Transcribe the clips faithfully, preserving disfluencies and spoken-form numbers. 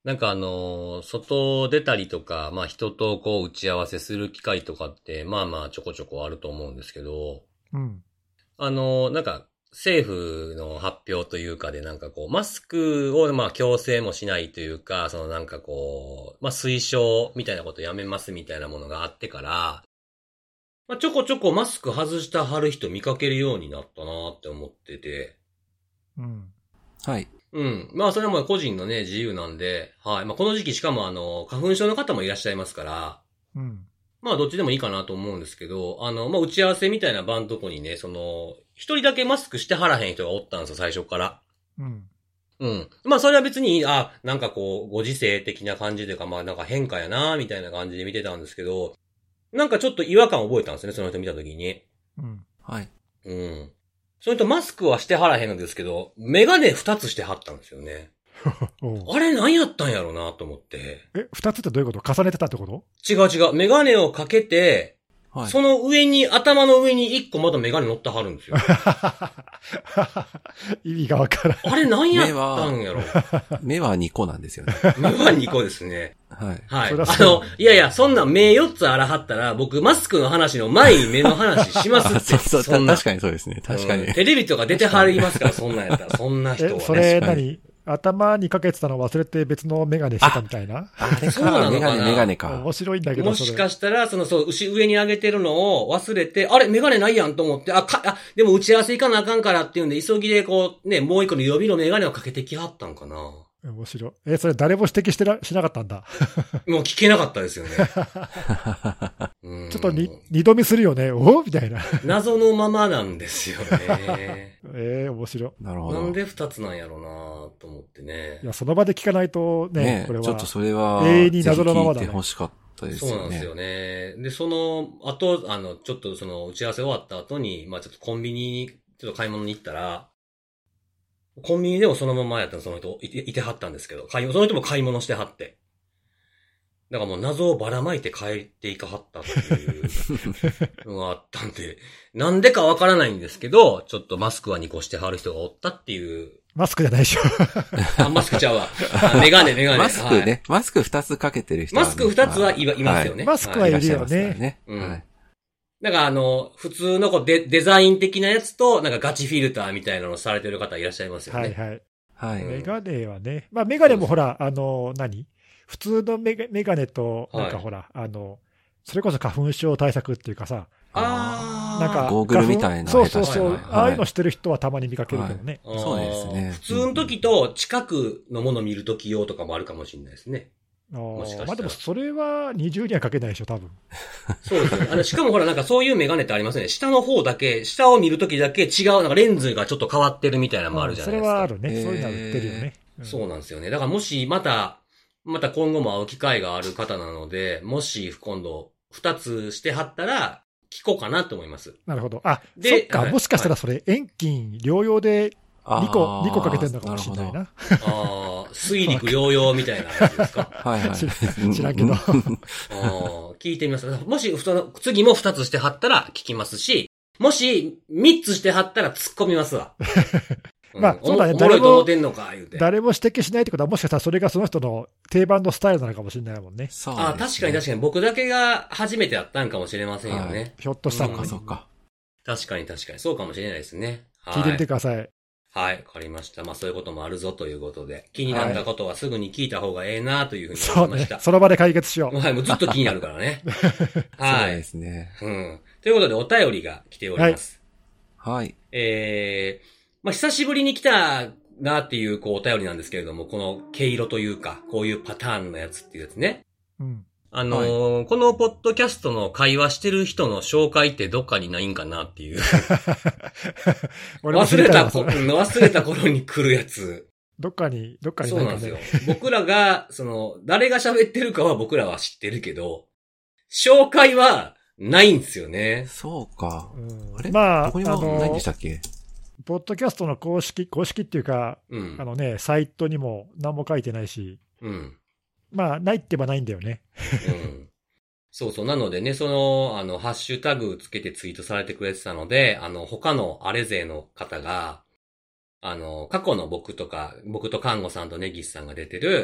なんかあのー、外出たりとか、まあ人とこう打ち合わせする機会とかって、まあまあちょこちょこあると思うんですけど、 うん。 あのー、なんか政府の発表というかでなんかこう、マスクをまあ強制もしないというか、そのなんかこう、まあ推奨みたいなことやめますみたいなものがあってから、まあちょこちょこマスク外したはる人見かけるようになったなって思ってて、 うん。 はい。 うん。まあ、それはもう個人のね、自由なんで、はい。まあ、この時期しかもあの、花粉症の方もいらっしゃいますから、 うん。 まあ、どっちでもいいかなと思うんですけど、あの、まあ、打ち合わせみたいな場のとこにね、その、一人だけマスクしてはらへん人がおったんですよ、最初から。 うん。 うん。まあ、それは別に、あ、なんかこう、ご時世的な感じというか、まあ、なんか変化やな、みたいな感じで見てたんですけど、なんかちょっと違和感を覚えたんですね、その人見た時に。 うん。 はい。 うん。それとマスクはしてはらへんのですけど、メガネ二つしてはったんですよね。 おうあれ何やったんやろうなと思って。 え、二つってどういうこと重ねてたってこと？ 違う違う。メガネをかけて、 はい。 その上に、頭の上に一個まだメガネ乗ってはるんですよ。 意味がわからん。 あれ何やったんやろ。 目はにこなんですよね。 目はにこですね。 はい。 はい。あそりゃそうの、いやいや、そんな目よっつあらはったら、僕マスクの話の前に目の話しますって。 あそうそう、 そんな確かにそうですね。確かに。 うんテレビとか出てはりますから、そんなんやったら。そんな人はえ、 ね。 それ確かに何頭にかけてたの忘れて別のメガネしてたみたいな？ あれそうなか、 のかなメガネ、メガネか。 面白いんだけど、 もそれ。 しかしたら、その、そう、牛上に上げてるのを忘れて、あれ、メガネないやんと思って、あ、か、あ、でも打ち合わせ行かなあかんからっていうんで、急ぎでこう、ね、もう一個の予備のメガネをかけてきはったんかな。 面白い。え、それ誰も指摘してな、しなかったんだ。 もう聞けなかったですよね。うんちょっとに、二度見するよね。おみたいな。 謎のままなんですよね。 えー、面白なるほど。 なんで二つなんやろうなと思ってねい。いや、その場で聞かないとね、 ねこれは。 ちょっとそれは、 永遠に謎のままだねぜひ聞いてほしかったですよね。 そうなんですよね。で、その後、あの、ちょっとその打ち合わせ終わった後に、まあちょっとコンビニに、ちょっと買い物に行ったら、コンビニでもそのままやったの、その人いて、いてはったんですけど、買い、その人も買い物してはって。だからもう謎をばらまいて帰っていかはったっていうのがあったんで、なんでかわからないんですけど、ちょっとマスクはにこしてはる人がおったっていう。 マスクじゃないでしょ。 あ、マスクちゃうわ。あメガネ、メガネ。 マスクね、 はい、 マスク二つかけてる人はね、 マスク二つはい、いますよね。 マスクはいるよらっしゃいますからね。 ね。 うんはい。 だからあの、普通のこうデデザイン的なやつと、なんかガチフィルターみたいなのをされてる方いらっしゃいますよね。 はいはい。 はい。 うんメガネはね。まあメガネもほら、あの、何普通のメガメガネと、なんかほら、あの、それこそ花粉症対策っていうかさ、 あー。 なんか、 ゴーグルみたいなそうそうそう、 はいはいはいああいうのしてる人はたまに見かけるけどね。 あーそうですね普通の時と近くのものを見る時用とかもあるかもしれないですね。 あもしかしたらーまあでもそれは二重にはかけないでしょ、多分。 そうですね。あの、しかもほらなんかそういうメガネってありますね。下の方だけ、下を見る時だけ違う、なんかレンズがちょっと変わってるみたいなのもあるじゃそないですか。 れはあるね。 へーそういうのは売ってるよね。んそうなんですよね。だからもしまた、また今後も会う機会がある方なので、もし今度二つしてはったら、聞こうかなと思います。 なるほど。あ、 でそっか、 はいもしかしたらそれ、遠近療養でにこ、 あーにこかけてるのかもしれないな。 ああ、水陸両用みたいなやつですか。 はいはい。 知ら知らんけど。 ああ、聞いてみます。もし、その次も二つしてはったら聞きますし、もし三つしてはったら突っ込みますわ。 まあそうだねおもおもろいと思ってんのか、言うて。 誰も指摘しないってことは、もしかしたらそれがその人の定番のスタイルなのかもしれないもんね。 そうですね。 ああ、確かに確かに僕だけが初めてやったんかもしれませんよね。 はいひょっとしたらねそうか、そうか。 確かに確かに。そうかもしれないですね。はい聞いてみてください。 はい、わかりました。まあそういうこともあるぞということで、気になったことはすぐに聞いた方がええなというふうにそうね思いまし。た。 その場で解決しよう。 はい、もうずっと気になるからね。はいそうで。すね。 うん。ということでお便りが来ております。 はい。 えー、まあ久しぶりに来たなっていうこうお便りなんですけれども、この毛色というか、こういうパターンのやつっていうやつね。 うん。 あのーこのポッドキャストの会話してる人の紹介ってどっかにないんかなっていう。 俺も知忘れたこ、 りたいわそれうん忘れた頃に来るやつ。 どっかに、どっかにそうなんですかねよ。僕らが、その、誰が喋ってるかは僕らは知ってるけど、紹介はないんですよね。 そうか。 うんあれまあ、 どこにあもないんのでしたっけ？ ポッドキャストの公式、公式っていうか、 うんあ。のね、サイトにも何も書いてないし、 うん。 まあ、ないって言えばないんだよね。 うん。そうそう。なのでね、その、あの、ハッシュタグつけてツイートされてくれてたので、あの、他のあれ勢の方が、あの、過去の僕とか、僕と看護さんとネギスさんが出てる、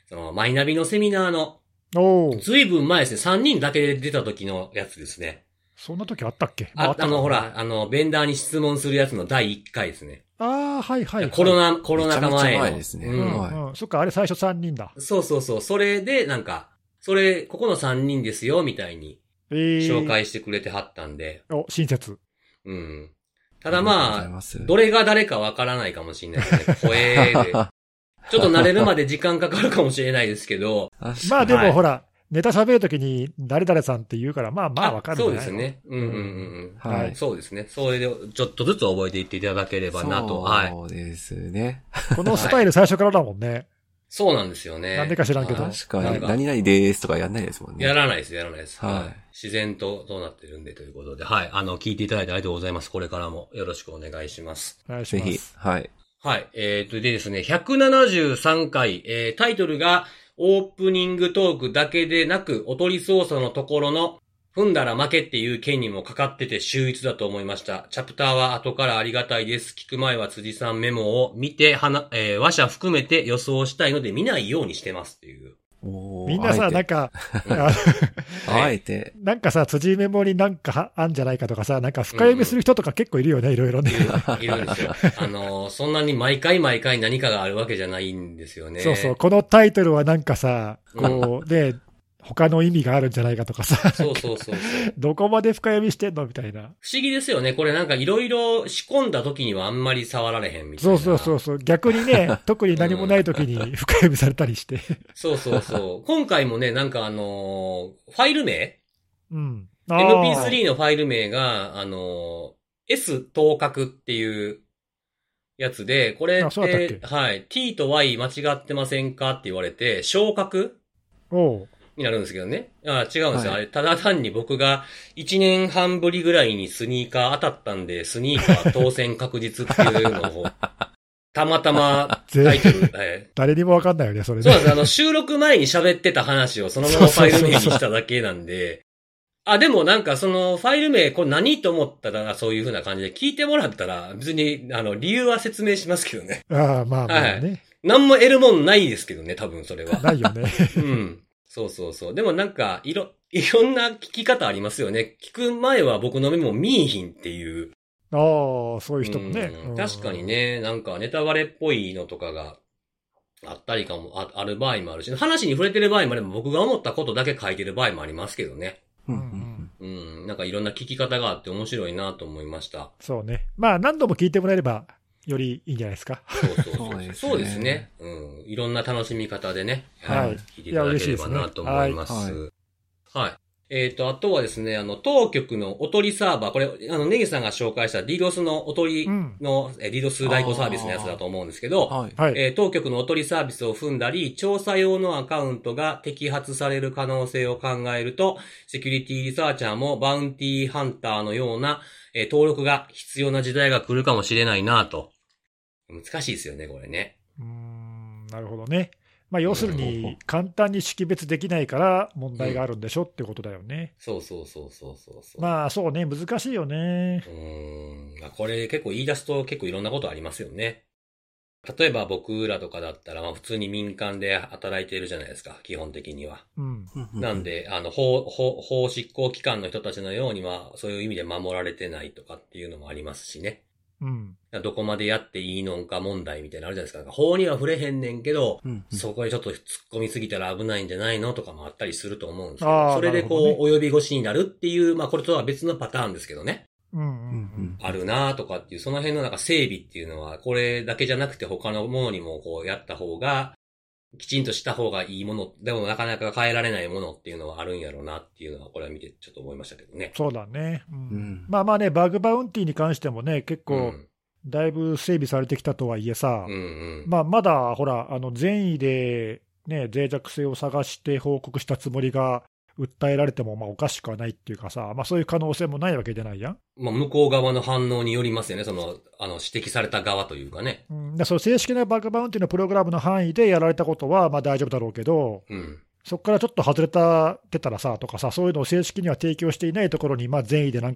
その、マイナビのセミナーの、 おーずいぶん前ですね、さんにんだけで出た時のやつですね。 そんな時あったっけ？ あ、 ったかなあの、ほら、あの、ベンダーに質問するやつのだいいっかいですね。 ああ、はいはい、はい。 コロナ、コロナ禍前の。 めちゃめちゃ前ですね。 ううんんはいうん。そっか、あれ最初さんにんだ。 そうそうそう。それで、なんか、それ、ここのさんにんですよ、みたいにえー、 紹介してくれてはったんで。 お、親切。 うん。ただありがとうごまあざいま、すどれが誰かわからないかもしれないですね。声で。ちょっと慣れるまで時間かかるかもしれないですけど。 まあではいもほら、ネタ喋るときに誰々さんって言うから、まあまあわかるんじそうゃないの。 ですね。うんうんうんうん。 はいそうですね。それで、ちょっとずつ覚えていっていただければなと。はい。 そうですね。 このスタイル最初からだもんね。 そうなんですよね。 なんでか知らんけどはい確かに、 なんか何々でーすとかやんないですもんね。 やらないです、やらないです。 はい自然とそうなってるんでということで。はい。あの、聞いていただいてありがとうございます。これからもよろしくお願いします。 お願いしぜひます。、 はい。 はい。えっと、でですね、ひゃくななじゅうさんかい、えー、タイトルが、オープニングトークだけでなく、おとり操作のところの、踏んだら負けっていう件にもかかってて秀逸だと思いました。チャプターは後からありがたいです。聞く前は辻さんメモを見て、はな、えー、話者含めて予想したいので見ないようにしてますっていう。 おーみんなさ、 あえてなんか、ああえて、 なんかさ、辻メモになんかはあんじゃないかとかさ、なんか深読みする人とか結構いるよね、いろいろね。 いる、いるんですよ。あのー、そんなに毎回毎回何かがあるわけじゃないんですよね。 そうそう、このタイトルはなんかさ、こう、で、他の意味があるんじゃないかとかさ、 そうそうそうそう。 どこまで深読みしてんのみたいな。 不思議ですよね。これなんかいろいろ仕込んだ時にはあんまり触られへんみたいな。 そうそうそうそう、逆にね、特に何もない時に深読みされたりして。 そうそうそう。今回もね、なんかあのーファイル名うん。 エムピースリー のファイル名が、あのー S 等角っていうやつで、これっあそうだったて、 っけはい、t と y 間違ってませんかって言われて、小角おうになるんですけどね。あ違うんですよ。 はいあれ、ただ単に僕がいちねんはんぶりぐらいにスニーカー当たったんで、スニーカー当選確実っていうのを、たまたまタイトル、はい誰にもわかんないよね、それね。 そうなんです。あの、収録前に喋ってた話をそのままファイル名にしただけなんで、あ、でもなんかそのファイル名、これ何と思ったらそういう風な感じで聞いてもらったら、別に、あの、理由は説明しますけどね。 ああ、まあまあね。 何も得るもんないですけどね、多分それは。 ないよね。 うん。そうそうそう。でもなんか、いろ、いろんな聞き方ありますよね。聞く前は僕のメモ見えひんっていう。 ああ、そういう人もね。 うんうん確かに。ね、なんかネタバレっぽいのとかがあったりかも、あある場合もあるし、話に触れてる場合もあれば僕が思ったことだけ書いてる場合もありますけどね。 うんうんうんうん。なんかいろんな聞き方があって面白いなと思いました。 そうね。まあ何度も聞いてもらえれば、よりいいんじゃないですか。 そうそうそう。 そうですねそうですね。うん。いろんな楽しみ方でね。 はい聞いていただければなと思います。 いや嬉しいですねはい。えっ、と、あとはですね、あの、当局のおとりサーバー、これ、あの、ネギさんが紹介した DDoS のおとりの、え DDoS 代行サービスのやつだと思うんですけど、 はい。 はい。 えー当局のおとりサービスを踏んだり、調査用のアカウントが摘発される可能性を考えると、セキュリティリサーチャーもバウンティーハンターのような、えー登録が必要な時代が来るかもしれないなと。難しいですよね、これね。 うーん、なるほどね。まあ要するに、簡単に識別できないから問題があるんでしょってことだよね。 そうそうそうそうそうそう。 まあそうね、難しいよねう。ーん。まあこれ結構言い出すと結構いろんなことありますよね。例えば僕らとかだったら、まあ普通に民間で働いているじゃないですか、基本的には。 うん。 なんで、あの、法、法、法執行機関の人たちのようには、そういう意味で守られてないとかっていうのもありますしね。 うん。 どこまでやっていいのか問題みたいなのあるじゃないですか。なんか法には触れへんねんけど、 うんうんそこでちょっと突っ込みすぎたら危ないんじゃないのとかもあったりすると思うんですけど、 あーそれでこう、 なるほ及び腰になるっていう、まあこれとは別のパターンですけどね。 うんうんううんんあるなとかっていう、その辺のなんか整備っていうのは、これだけじゃなくて他のものにもこうやった方が、きちんとした方がいいもの、でもなかなか変えられないものっていうのはあるんやろうなっていうのは、これは見てちょっと思いましたけどね。 そうだね。うんうんまあまあね、バグバウンティーに関してもね、結構、 うん。 だいぶ整備されてきたとはいえさ、 うんうん。 まあ、まだほら、あの善意で、ね、脆弱性を探して報告したつもりが、訴えられてもまあおかしくはないっていうかさ、まあ、そういう可能性もないわけじゃないやん。 まあ、向こう側の反応によりますよね。その、あの、指摘された側というかね。 うん、でその正式なバグバウンティのプログラムの範囲でやられたことはまあ大丈夫だろうけど、 うん。 そこからちょっと外れたてたらさとかさ、そういうのを正式には提供していないところに、まあ善意でなんか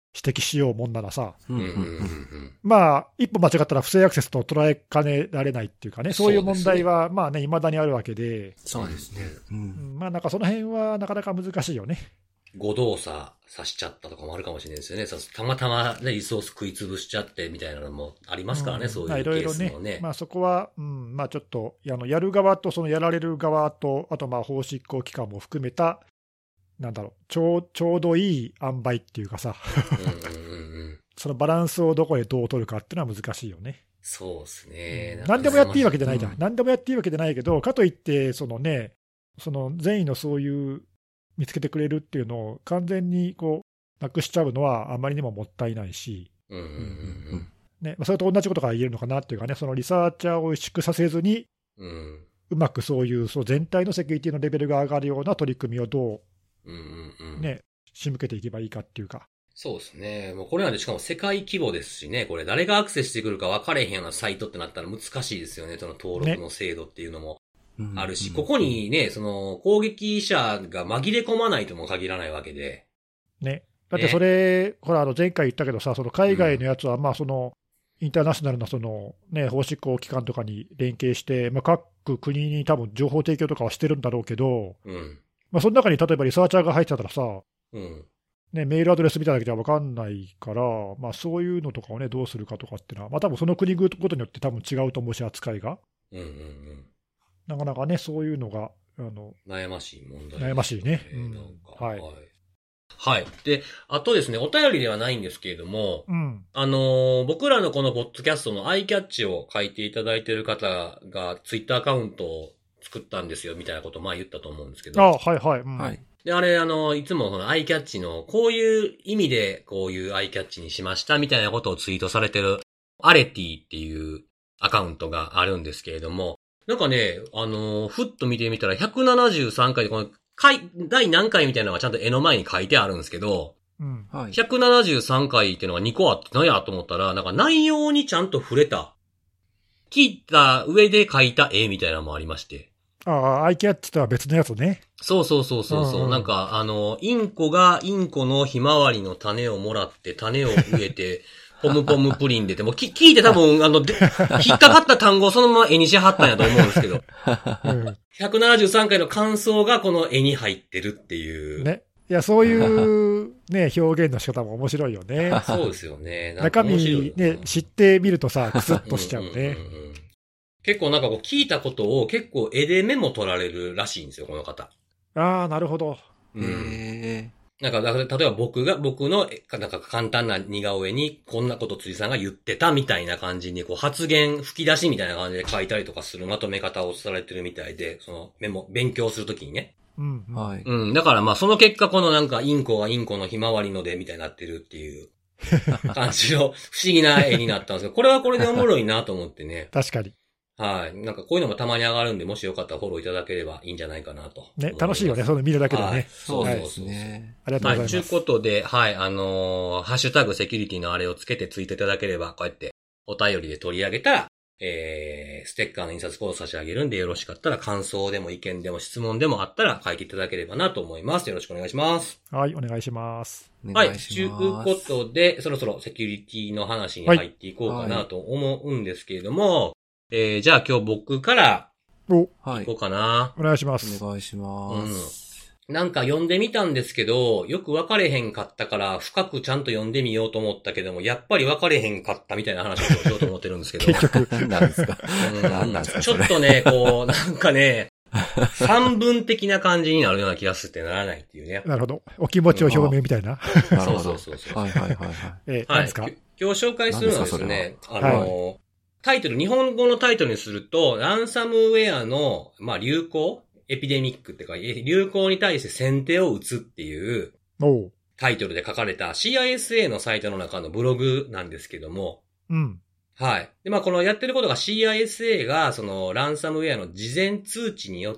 指摘しようもんならさ、 うんうんうんうんうんまあ、一歩間違ったら不正アクセスと捉えかねられないっていうかね、そういう問題は、まあね、未だにあるわけで、 そうですね。う。 うんんまあなんかその辺はなかなか難しいよね。 誤動作さしちゃったとかもあるかもしれないですよね。そうたまたまね、リソース食い潰しちゃってみたいなのもありますからね、 んそうまあいうケーろいろねスもね。 まあそこは、うん、まあちょっと、あのやる側とそのやられる側と、あとまあ法執行機関も含めた、なんだろう、ちょう、ちょうどいい塩梅っていうかさ、 うんうんうんうん。 そのバランスをどこでどう取るかっていうのは難しいよね。 そうですね。 何でもやっていいわけじゃないじゃん。 うん何でもやっていいわけじゃないけど、かといって、そのね、その善意のそういう見つけてくれるっていうのを完全にこうなくしちゃうのはあまりにももったいないし、 うんうんうんね、まあそれと同じことが言えるのかなっていうかね、そのリサーチャーを萎縮させずに、 うん。うんうまくそういうそう全体のセキュリティのレベルが上がるような取り組みをどうんうんう。 うんね、仕向けていけばいいかっていうか。 そうですね。もうこれなんでしかも世界規模ですしね、これ誰がアクセスしてくるか分かれへんようなサイトってなったら難しいですよね。その登録の制度っていうのもあるし、ここにね、その攻撃者が紛れ込まないとも限らないわけで。 ね、だってそれ、ほら、あの前回言ったけどさ、その海外のやつは、まあそのインターナショナルなその、ね、法執行機関とかに連携して、まあ、各国に多分情報提供とかはしてるんだろうけど、 うん。 まあ、その中に例えばリサーチャーが入ってたらさ、 うん。 ね、メールアドレスみたいなだけじゃ分かんないから、まあ、そういうのとかをね、どうするかとかっていうのは、まあ多分その国ごとによって多分違うと思うし、扱いが。 うんうんうん。 なかなかね、そういうのが、あの悩ましい問題です悩ましいねうんなんかはいはい。はい。で、あとですね、お便りではないんですけれども、 うん、 あのー僕らのこのポッドキャストのアイキャッチを書いていただいている方がツイッターアカウントを作ったんですよみたいなことを前言ったと思うんですけど。 あはいはい、うんはい。 で、あれ、あの、いつもこのアイキャッチのこういう意味でこういうアイキャッチにしましたみたいなことをツイートされてるアレティっていうアカウントがあるんですけれども、なんかね、あのーふっと見てみたらひゃくななじゅうさんかいでこの回、第何回みたいなのがちゃんと絵の前に書いてあるんですけど、 うん、 はい。 ひゃくななじゅうさんかいっていうのがにこあって何やと思ったら、なんか内容にちゃんと触れた、聞いた上で描いた絵みたいなのもありまして。 ああ、アイキャッチとは別のやつね。 そうそうそうそうそう、 うんうんなんか、あの、インコがインコのひまわりの種をもらって、種を植えて、ポムポムプリンでて、もうき聞いて多分、あの、で引っかかった単語をそのまま絵にしはったんやと思うんですけど、 うんひゃくななじゅうさんかいの感想がこの絵に入ってるっていう。 ね、いや、そういう、ね、表現の仕方も面白いよね。 そうですよね。なん中か面白い身、ね、知ってみるとさ、クスッとしちゃうね。 んんんん結構なんかこう聞いたことを結構絵でメモ取られるらしいんですよ、この方。 ああ、なるほど。 うん。 へなんか、だから例えば僕が、僕の、えなんか簡単な似顔絵に、こんなこと辻さんが言ってたみたいな感じに、こう発言、吹き出しみたいな感じで書いたりとかするまとめ方をされてるみたいで、そのメモ、勉強するときにね。 うん、 ー。はい。 うん。だからまあその結果、このなんかインコがインコのひまわりのでみたいになってるっていう感じの不思議な絵になったんですけど、これはこれでおもろいなと思ってね。 確かに。 はい。なんかこういうのもたまに上がるんで、もしよかったらフォローいただければいいんじゃないかなと。 ね、楽しいよね、そういうの見るだけではいね。 そうですそうそうそう。 ね。 ありがとうはい。というございます。 ことで、はい、あのーハッシュタグセキュリティのあれをつけてツイートいただければ、こうやってお便りで取り上げたら、えー、ステッカーの印刷コード差し上げるんでよろしかったら感想でも意見でも質問でもあったら書いていただければなと思います。よろしくお願いします。 はい、お願いします。 はい。 お願いしというます。 ことで、そろそろセキュリティの話に入っていこうかなと思うんですけれども、えー、じゃあ今日僕からお、 はい行こ。うかな。 お願いします。 お願いします。 なんか読んでみたんですけど、よく分かれへんかったから、深くちゃんと読んでみようと思ったけども、やっぱり分かれへんかったみたいな話をしようと思ってるんですけど。 結局。 何なんですかうん何なんですかちょっとね、こう、なんかね、三文的な感じになるような気がするってならないっていうね。 なるほど。お気持ちを表明みたいな。 なるほど。 そうそうそうそうはいはいはいはい。 えー、 はい。 何ですかき今日紹介するのはですね、あはの、タイトル、日本語のタイトルにすると、ランサムウェアの、まあ、流行エピデミックっていうか、え流行に対して先手を打つっていうおう。 タイトルで書かれた シーアイエスエー のサイトの中のブログなんですけども、 うん。 はい。で、まあ、このやってることが シーアイエスエー が、その、ランサムウェアの事前通知によって、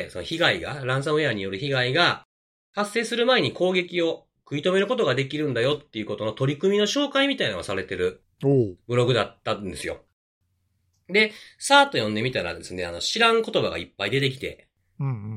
その被害が、ランサムウェアによる被害が発生する前に攻撃を食い止めることができるんだよっていうことの取り組みの紹介みたいなのがされてるおう。 ブログだったんですよ。で、さーっと読んでみたらですね、あの、知らん言葉がいっぱい出てきて、 うんうん。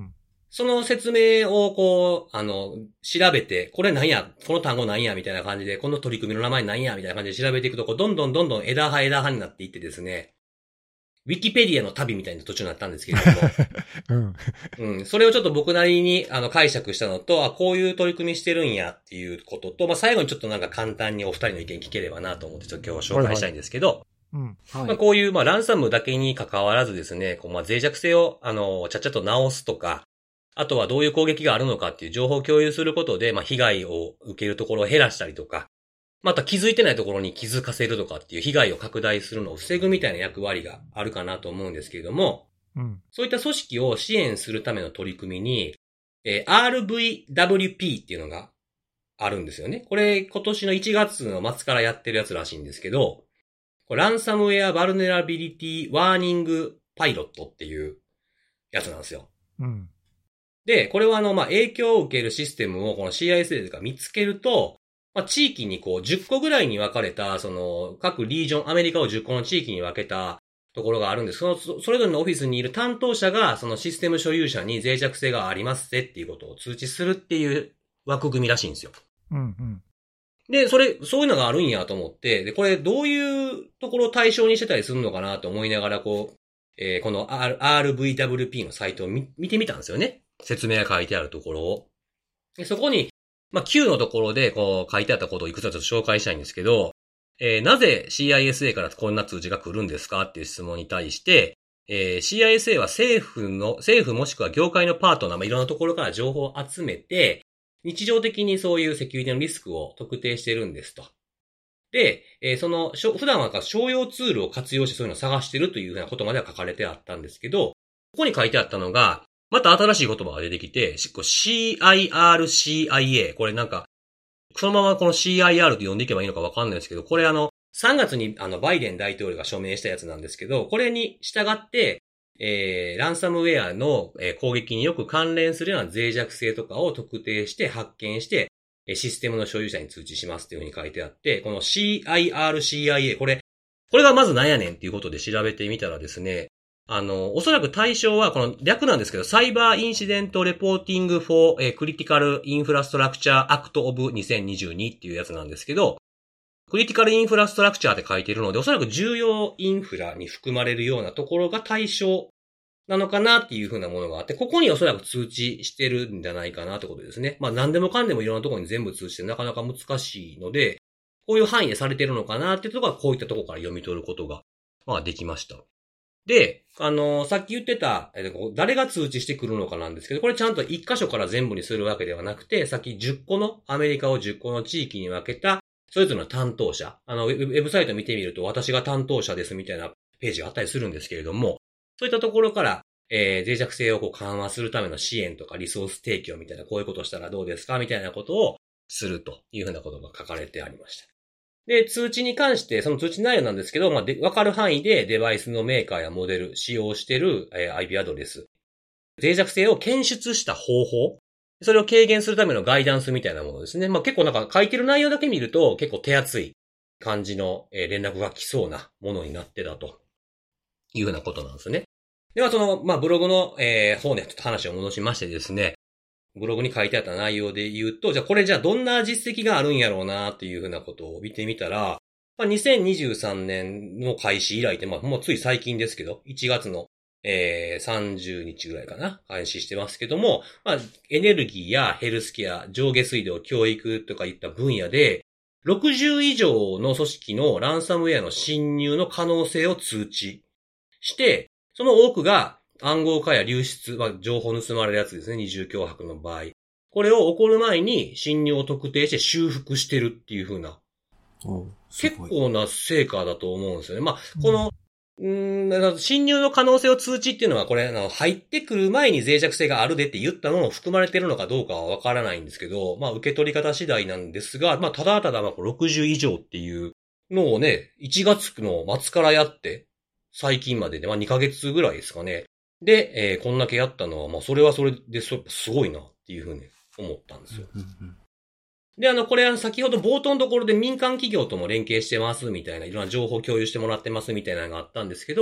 その説明をこう、あの、調べて、これ何や、この単語何や、みたいな感じで、この取り組みの名前何や、みたいな感じで調べていくと、こう、どんどんどんどん枝葉枝葉になっていってですね、ウィキペディアの旅みたいな途中になったんですけれども、うん。うん。それをちょっと僕なりに、あの、解釈したのと、あ、こういう取り組みしてるんやっていうことと、まあ、最後にちょっとなんか簡単にお二人の意見聞ければなと思って、ちょっと今日は紹介したいんですけど、はいはいうん。まあ、こういう、まあ、ランサムだけに関わらずですね、こう、まあ、脆弱性を、あの、ちゃっちゃと直すとか、あとはどういう攻撃があるのかっていう情報を共有することで、まあ、被害を受けるところを減らしたりとか、また気づいてないところに気づかせるとかっていう被害を拡大するのを防ぐみたいな役割があるかなと思うんですけれども、うん、そういった組織を支援するための取り組みに、えー、アールブイダブリューピー っていうのがあるんですよね。これ今年のいちがつの末からやってるやつらしいんですけど、ランサムウェアバルネラビリティワーニングパイロットっていうやつなんですよ。うん、で、これはあの、まあ、影響を受けるシステムをこの シーアイエスエー が見つけると、まあ、地域にこうじゅっこぐらいに分かれた、その各リージョン、アメリカをじゅっこの地域に分けたところがあるんです。その、それぞれのオフィスにいる担当者がそのシステム所有者に脆弱性がありますぜっていうことを通知するっていう枠組みらしいんですよ。うんうん。で、それ、そういうのがあるんやと思って、で、これどういうところを対象にしてたりするのかなと思いながら、こう、えー、この アールブイダブリューピー のサイトを 見, 見てみたんですよね。説明が書いてあるところを。でそこに、まあ、Q のところでこう書いてあったことをいくつかちょっと紹介したいんですけど、えー、なぜ シーアイエスエー からこんな通知が来るんですかっていう質問に対して、えー、シーアイエスエー は政府の、政府もしくは業界のパートナー、まあ、いろんなところから情報を集めて、日常的にそういうセキュリティのリスクを特定してるんですと。で、えー、その、普段は商用ツールを活用してそういうのを探してるというふうなことまでは書かれてあったんですけど、ここに書いてあったのが、また新しい言葉が出てきて、シーアイアールシーアイエー。これなんか、そのままこの シーアイアール と呼んでいけばいいのかわかんないですけど、これあの、さんがつにあの、バイデン大統領が署名したやつなんですけど、これに従って、えー、ランサムウェアの攻撃によく関連するような脆弱性とかを特定して発見して、システムの所有者に通知しますっていうふうに書いてあって、この シーアイアールシーアイエー、これ、これがまず何やねんっていうことで調べてみたらですね、あの、おそらく対象は、この略なんですけど、サイバーインシデントレポーティングフォークリティカルインフラストラクチャーアクトオブにせんにじゅうにっていうやつなんですけど、クリティカルインフラストラクチャーって書いているので、おそらく重要インフラに含まれるようなところが対象なのかなっていうふうなものがあって、ここにおそらく通知してるんじゃないかなってことですね。まあ何でもかんでもいろんなところに全部通知してなかなか難しいので、こういう範囲でされてるのかなっていうところがこういったところから読み取ることが、まあできました。で、あのー、さっき言ってた、えー、誰が通知してくるのかなんですけど、これちゃんと一箇所から全部にするわけではなくて、さっきじゅっこの、アメリカをじゅっこの地域に分けた、それぞれの担当者、あの、ウェブサイト見てみると、私が担当者ですみたいなページがあったりするんですけれども、そういったところから、えー、脆弱性をこう緩和するための支援とかリソース提供みたいな、こういうことをしたらどうですかみたいなことをするというふうなことが書かれてありました。で、通知に関して、その通知内容なんですけど、まあ、で、わかる範囲でデバイスのメーカーやモデル、使用している、えー、アイピー アドレス、脆弱性を検出した方法、それを軽減するためのガイダンスみたいなものですね。まあ、結構なんか書いてる内容だけ見ると、結構手厚い感じの、えー、連絡が来そうなものになってたというふうなことなんですね。では、その、まあ、ブログの、えー、方ね、ちょっと話を戻しましてですね、ブログに書いてあった内容で言うと、じゃあこれじゃあどんな実績があるんやろうなっていうふうなことを見てみたら、まあ、にせんにじゅうさんねんの開始以来って、まあ、もうつい最近ですけど、いちがつの、えー、さんじゅうにちぐらいかな、開始してますけども、まあ、エネルギーやヘルスケア、上下水道、教育とかいった分野で、ろくじゅう以上の組織のランサムウェアの侵入の可能性を通知して、その多くが暗号化や流出、まあ、情報盗まれるやつですね、二重脅迫の場合。これを起こる前に侵入を特定して修復してるっていう風な。結構な成果だと思うんですよね。まあ、この、うーん、侵入の可能性を通知っていうのはこれ、あの、入ってくる前に脆弱性があるでって言ったのも含まれてるのかどうかはわからないんですけど、まあ、受け取り方次第なんですが、まあ、ただただまあろくじゅう以上っていうのをね、いちがつの末からやって、最近までで、まあにかげつぐらいですかね。で、えー、こんだけやったのは、まあそれはそれですごいなっていうふうに思ったんですよ。うんうんうん、で、あの、これは先ほど冒頭のところで民間企業とも連携してますみたいな、いろんな情報共有してもらってますみたいなのがあったんですけど、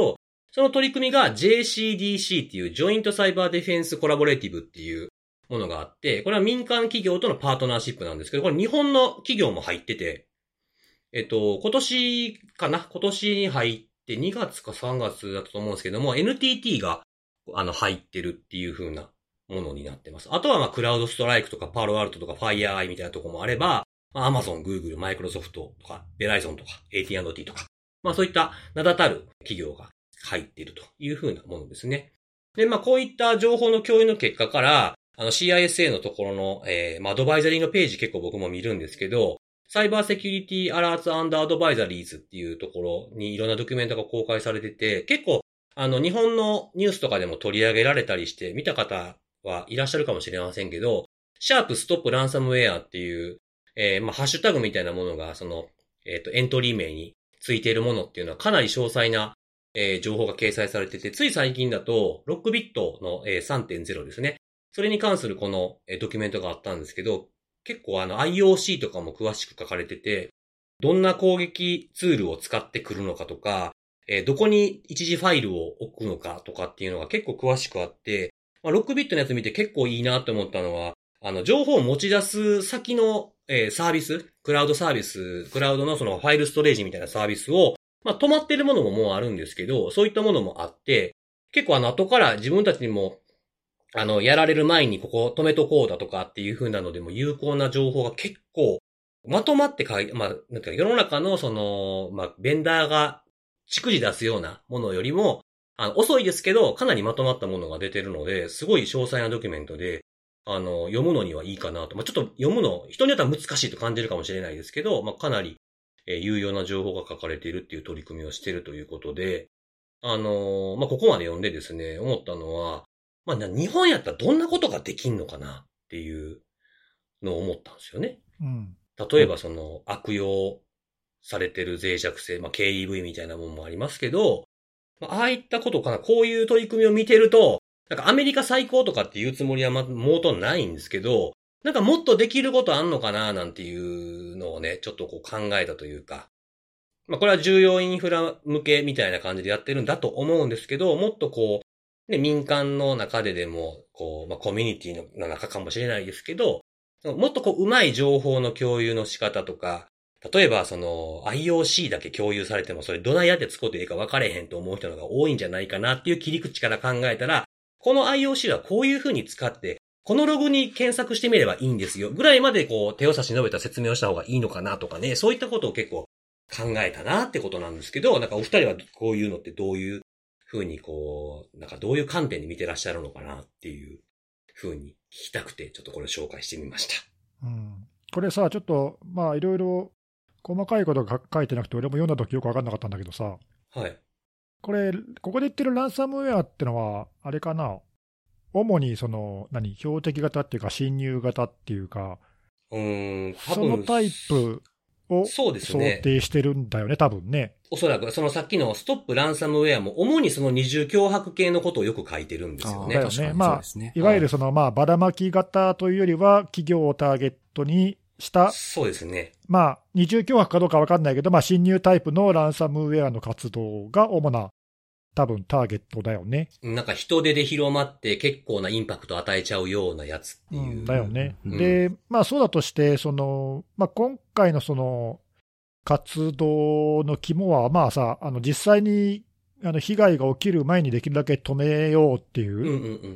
その取り組みが ジェーシーディーシー っていうジョイントサイバーディフェンスコラボレーティブっていうものがあって、これは民間企業とのパートナーシップなんですけど、これ日本の企業も入ってて、えっと、今年かな今年に入ってにがつかさんがつだったと思うんですけども、エヌティーティー があの入ってるっていう風なものになってます。あとはまあクラウドストライクとかパールアルトとかファイアーアイみたいなところもあれば、アマゾン、グーグル、マイクロソフトとか、ベライゾンとか、エーティーアンドティー とか、まあそういった名だたる企業が入っているというふうなものですね。で、まあこういった情報の共有の結果から、あの シーアイエスエー のところの、えー、まあアドバイザリーのページ結構僕も見るんですけど、サイバーセキュリティアラーツ&アドバイザリーズっていうところにいろんなドキュメントが公開されてて、結構あの日本のニュースとかでも取り上げられたりして見た方はいらっしゃるかもしれませんけど、シャープストップランサムウェアっていう、えー、まあハッシュタグみたいなものがその、えっと、エントリー名についているものっていうのはかなり詳細なえー、情報が掲載されてて、つい最近だと、ロックビットの、えー、さんてんゼロ ですね。それに関するこの、えー、ドキュメントがあったんですけど、結構あの アイオーシー とかも詳しく書かれてて、どんな攻撃ツールを使ってくるのかとか、えー、どこに一時ファイルを置くのかとかっていうのが結構詳しくあって、まあ、ロックビットのやつ見て結構いいなと思ったのは、あの、情報を持ち出す先の、えー、サービス、クラウドサービス、クラウドのそのファイルストレージみたいなサービスを、まあ、止まってるものももうあるんですけど、そういったものもあって、結構あの後から自分たちにも、あの、やられる前にここ止めとこうだとかっていう風なのでも有効な情報が結構まとまって書いて、まあ、なんか世の中のその、まあ、ベンダーが逐次出すようなものよりも、あの、遅いですけど、かなりまとまったものが出てるので、すごい詳細なドキュメントで、あの、読むのにはいいかなと。まあ、ちょっと読むの、人によっては難しいと感じるかもしれないですけど、まあ、かなり、えー、有用な情報が書かれているっていう取り組みをしているということで、あのー、まあ、ここまで読んでですね、思ったのは、まあ、日本やったらどんなことができんのかなっていうのを思ったんですよね。 うん、 例えばその悪用されてる脆弱性、まあ、ケーイーブイ みたいなものもありますけど、まあ、ああいったことかな、こういう取り組みを見てると、なんかアメリカ最高とかっていうつもりはま、もうとないんですけど、なんかもっとできることあんのかななんていうのをね、ちょっとこう考えたというか、まあこれは重要インフラ向けみたいな感じでやってるんだと思うんですけど、もっとこう、ね、民間の中ででも、こう、まあコミュニティの中かもしれないですけど、もっとこう、うまい情報の共有の仕方とか、例えばその アイオーシー だけ共有されてもそれどないやって使っていいか分かれへんと思う人のが多いんじゃないかなっていう切り口から考えたら、この アイオーシー はこういう風に使って、このログに検索してみればいいんですよ。ぐらいまでこう手を差し伸べた説明をした方がいいのかなとかね、そういったことを結構考えたなってことなんですけど、なんかお二人はこういうのってどういう風にこう、なんかどういう観点で見てらっしゃるのかなっていう風に聞きたくて、ちょっとこれを紹介してみました。 うん、これさ、ちょっとまあいろいろ細かいことが書いてなくて、俺も読んだときよく分かんなかったんだけどさ、 はい。これ、ここで言ってるランサムウェアってのは、あれかな、主にその、何、標的型っていうか、侵入型っていうか、 うーん、多分そのタイプをそうですね。 想定してるんだよね、多分ね。 おそらく、そのさっきのストップランサムウェアも、主にその二重脅迫系のことをよく書いてるんですよね。 だよね。まあ、 ね、 いわゆるその、まあ、ばらまき型というよりは、企業をターゲットにした、 そうですね。 まあ、二重脅迫かどうか分かんないけど、まあ、侵入タイプのランサムウェアの活動が主な、多分ターゲットだよね。 なんか人手で広まって結構なインパクト与えちゃうようなやつっていう。うん、 だよね。 うん、 で、まあそうだとして、その、まあ今回のその活動の肝は、まあさ、あの実際にあの被害が起きる前にできるだけ止めようっていう、 うんうんうん、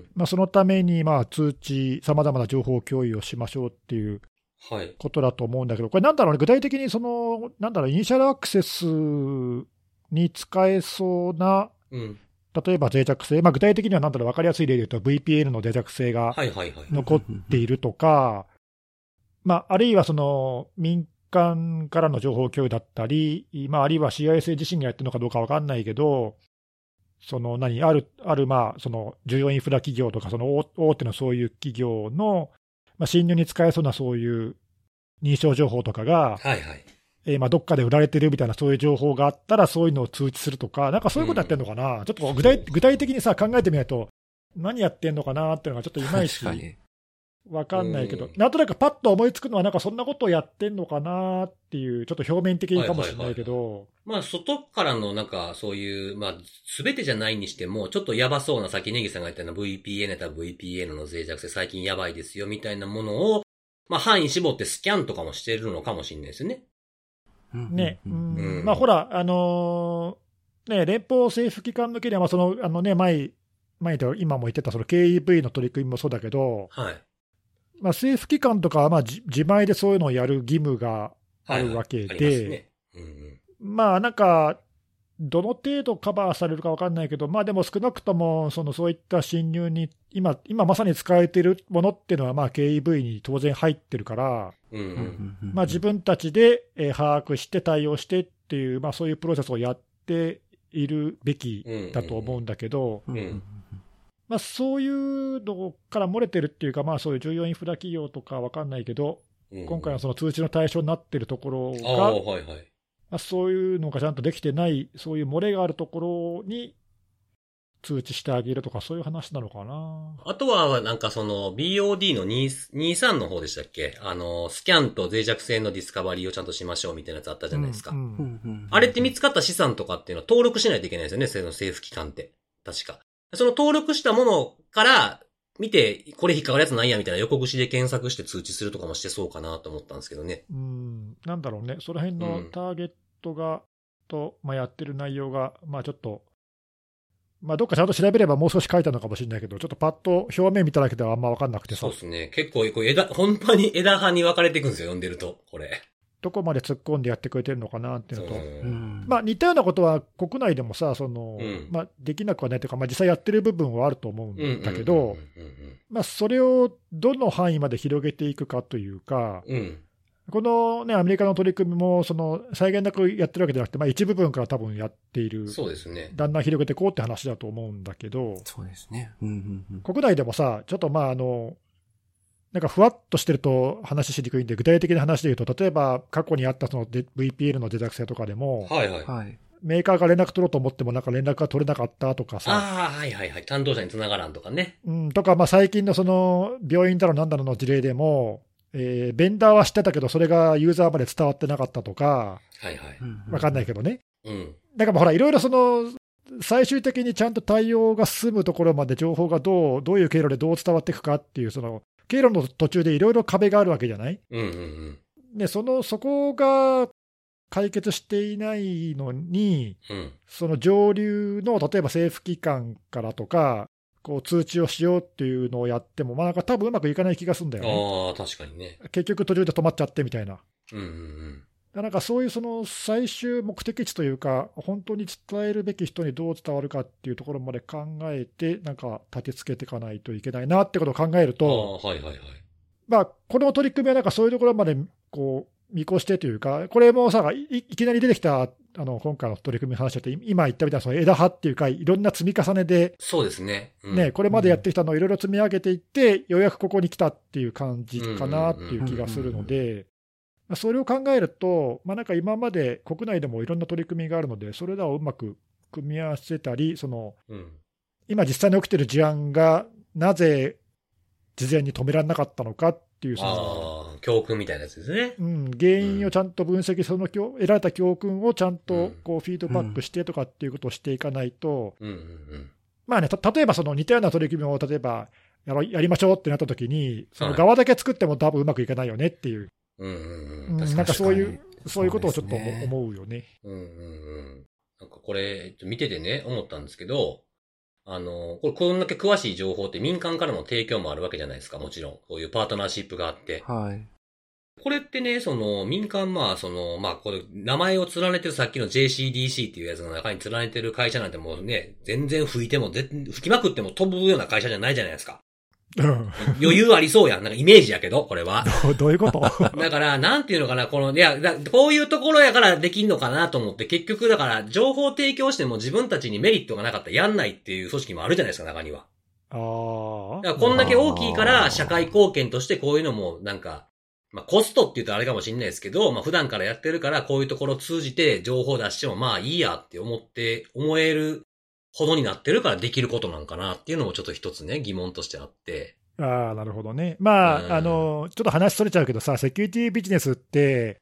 まあそのためにまあ通知、さまざまな情報共有をしましょうっていうことだと思うんだけど、これなんだろうね、具体的にその、なんだろう、イニシャルアクセスに使えそうな、 うん、 例えば脆弱性、まあ、具体的にはなんだろう、分かりやすい例で言うと ブイピーエヌ の脆弱性が残っているとか、まあ、あるいはその民間からの情報共有だったり、まあ、あるいは シーアイエスエー 自身がやってるのかどうか分かんないけど、その何、ある、あるまあその重要インフラ企業とか、その大手のそういう企業の、まあ、侵入に使えそうなそういう認証情報とかが、 はいはい、 えー、まあどっかで売られてるみたいなそういう情報があったらそういうのを通知するとか、なんかそういうことやってるのかな、うん、ちょっと具体具体的にさ考えてみないと何やってんのかなっていうのがちょっといまいしわかんないけど、 うんなんとなくパッと思いつくのは、なんかそんなことをやってんのかなっていう、ちょっと表面的かもしれないけど、 まあ、外からのなんか、そういう、まあ、すべてじゃないにしても、ちょっとやばそうな、さっきネギさんが言ったような ブイピーエヌ やったら ブイピーエヌ の脆弱性最近やばいですよ、みたいなものを、まあ、範囲絞ってスキャンとかもしてるのかもしれないですよね。 ね、ううんんうんまあほら、あのーね、連邦政府機関向けには、まあそのあのね、前、前と今も言ってたその ケーイーブイ の取り組みもそうだけど、 はい。 まあ、政府機関とかはまあ自自前でそういうのをやる義務があるわけはいはい、ありますで、 ね。うんうん。 まあなんか、どの程度カバーされるか分かんないけど、まあでも少なくともそのそういった侵入に今、今まさに使われているものっていうのは、まあ ケーイーブイ に当然入ってるから、 うんうん。 まあ、自分たちでえー把握して対応してっていう、まあ、そういうプロセスをやっているべきだと思うんだけど、 うんうんまあ、そういうのから漏れてるっていうか、まあ、そういう重要インフラ企業とか分かんないけど、 うん。 今回のその通知の対象になっているところああ、 が、 はいはい。 まあ、そういうのがちゃんとできてない、そういう漏れがあるところに通知してあげるとか、そういう話なのかな。 あとは、なんかその ビーオーディー のにじゅうさんの方でしたっけ？あの、スキャンと脆弱性のディスカバリーをちゃんとしましょうみたいなやつあったじゃないですか。 うんうんあれって見つかった資産とかっていうのは登録しないといけないですよね、その政府機関って。確か。その登録したものから見て、これ引っかかるやつないやみたいな横串で検索して通知するとかもしてそうかなと思ったんですけどね。 うん、なんだろうね、その辺のターゲットが、と、まあ、やってる内容が、まあ、ちょっと、まあ、どっかちゃんと調べればもう少し書いたのかもしれないけど、ちょっとパッと表面見ただけではあんま分かんなくてさそう、ですね。結構、こう枝、本当に枝葉に分かれていくんですよ、読んでると、これ。 どこまで突っ込んでやってくれてるのかなっていうのと、 うんまあ、似たようなことは国内でもさ、そのうんまあ、できなくはないというか、まあ、実際やってる部分はあると思うんだけど、 うんうんまあ、それをどの範囲まで広げていくかというか、 うんうん。うん。 この、ね、アメリカの取り組みもその際限なくやってるわけじゃなくて、まあ、一部分から多分やっている、 そうですね。 だんだん広げていこうって話だと思うんだけど、 そうですね。うんうんうん国内でもさ、ちょっとまああの、なんかふわっとしてると話しにくいんで、具体的な話で言うと、例えば過去にあったその ブイピーエヌ の脆弱性とかでも、 はいはい。 はい。 メーカーが連絡取ろうと思っても、なんか連絡が取れなかったとかさ、 ああ、はいはいはい。担当者に繋がらんとかね。 うん、とか、まあ最近のその病院だろなんだろの事例でも、えーベンダーは知ってたけど、それがユーザーまで伝わってなかったとか、 はいはい。 わかんないけけどね。 うん。 だからほら、いろいろその、最終的にちゃんと対応が進むところまで情報がどう、どういう経路でどう伝わっていくかっていう、その経路の途中でいろいろ壁があるわけじゃない？ うんうんうん。 で、その、そこが解決していないのに、 うん。 その上流の、例えば政府機関からとか、こう通知をしようっていうのをやっても、まあなんか多分うまくいかない気がするんだよね。 ああ、確かにね。 結局途中で止まっちゃってみたいな。 うんうんうん。 なんかそういうその最終目的地というか、本当に伝えるべき人にどう伝わるかっていうところまで考えて、なんか立てつけていかないといけないなってことを考えるあと、 あ、はいはいはい。 まあ、この取り組みはなんかそういうところまでこう見越してというか、これもさ、いいきなり出てきたあの今回の取り組みの話だって、今言ったみたいなその枝葉っていうか、いろんな積み重ねで、 そうですね。うん、 ね、これまでやってきたのをいろいろ積み上げていって、ようやくここに来たっていう感じかなっていう気がするので、それを考えると、まあ、なんか今まで国内でもいろんな取り組みがあるので、それらをうまく組み合わせたり、そのうん、 今実際に起きている事案がなぜ事前に止められなかったのかっていうその、 ああ、教訓みたいなやつですね。 うん、原因をちゃんと分析、その教得られた教訓をちゃんとこうフィードバックしてとかっていうことをしていかないと、 うんうんうんまあね、た例えばその似たような取り組みを例えばやろやりましょうってなったときに、その側だけ作っても多分うまくいかないよねっていう。 うんうんううん。 ん、 確かになんかそういう、そういうことをちょっとそうですね思うよね。 うんうんうん。なんかこれ、えっと見ててね、思ったんですけど、あの、これこんだけ詳しい情報って民間からの提供もあるわけじゃないですか、もちろん。こういうパートナーシップがあって。 はい。 これってね、その、民間、まあ、その、まあ、これ、名前を連ねてるさっきの ジェーシーディーシー っていうやつの中に連ねてる会社なんてもうね、全然吹いても、ぜ吹きまくっても飛ぶような会社じゃないじゃないですか。 うん余裕ありそうやん。なんかイメージやけど、これは。 どうどういうことだから、なんていうのかな、この、いや、だこういうところやからできんのかなと思って、結局だから、情報提供しても自分たちにメリットがなかったらやんないっていう組織もあるじゃないですか、中には。 ああ。 だからこんだけ大きいから、社会貢献としてこういうのも、なんか、まあ、コストって言うとあれかもしれないですけど、まあ、普段からやってるから、こういうところを通じて情報出しても、まあ、いいやって思って、思えるほどになってるからできることなんかなっていうのもちょっと一つね、疑問としてあって。 ああ、なるほどね。まあ、 うんあの、ちょっと話それちゃうけどさ、セキュリティビジネスって、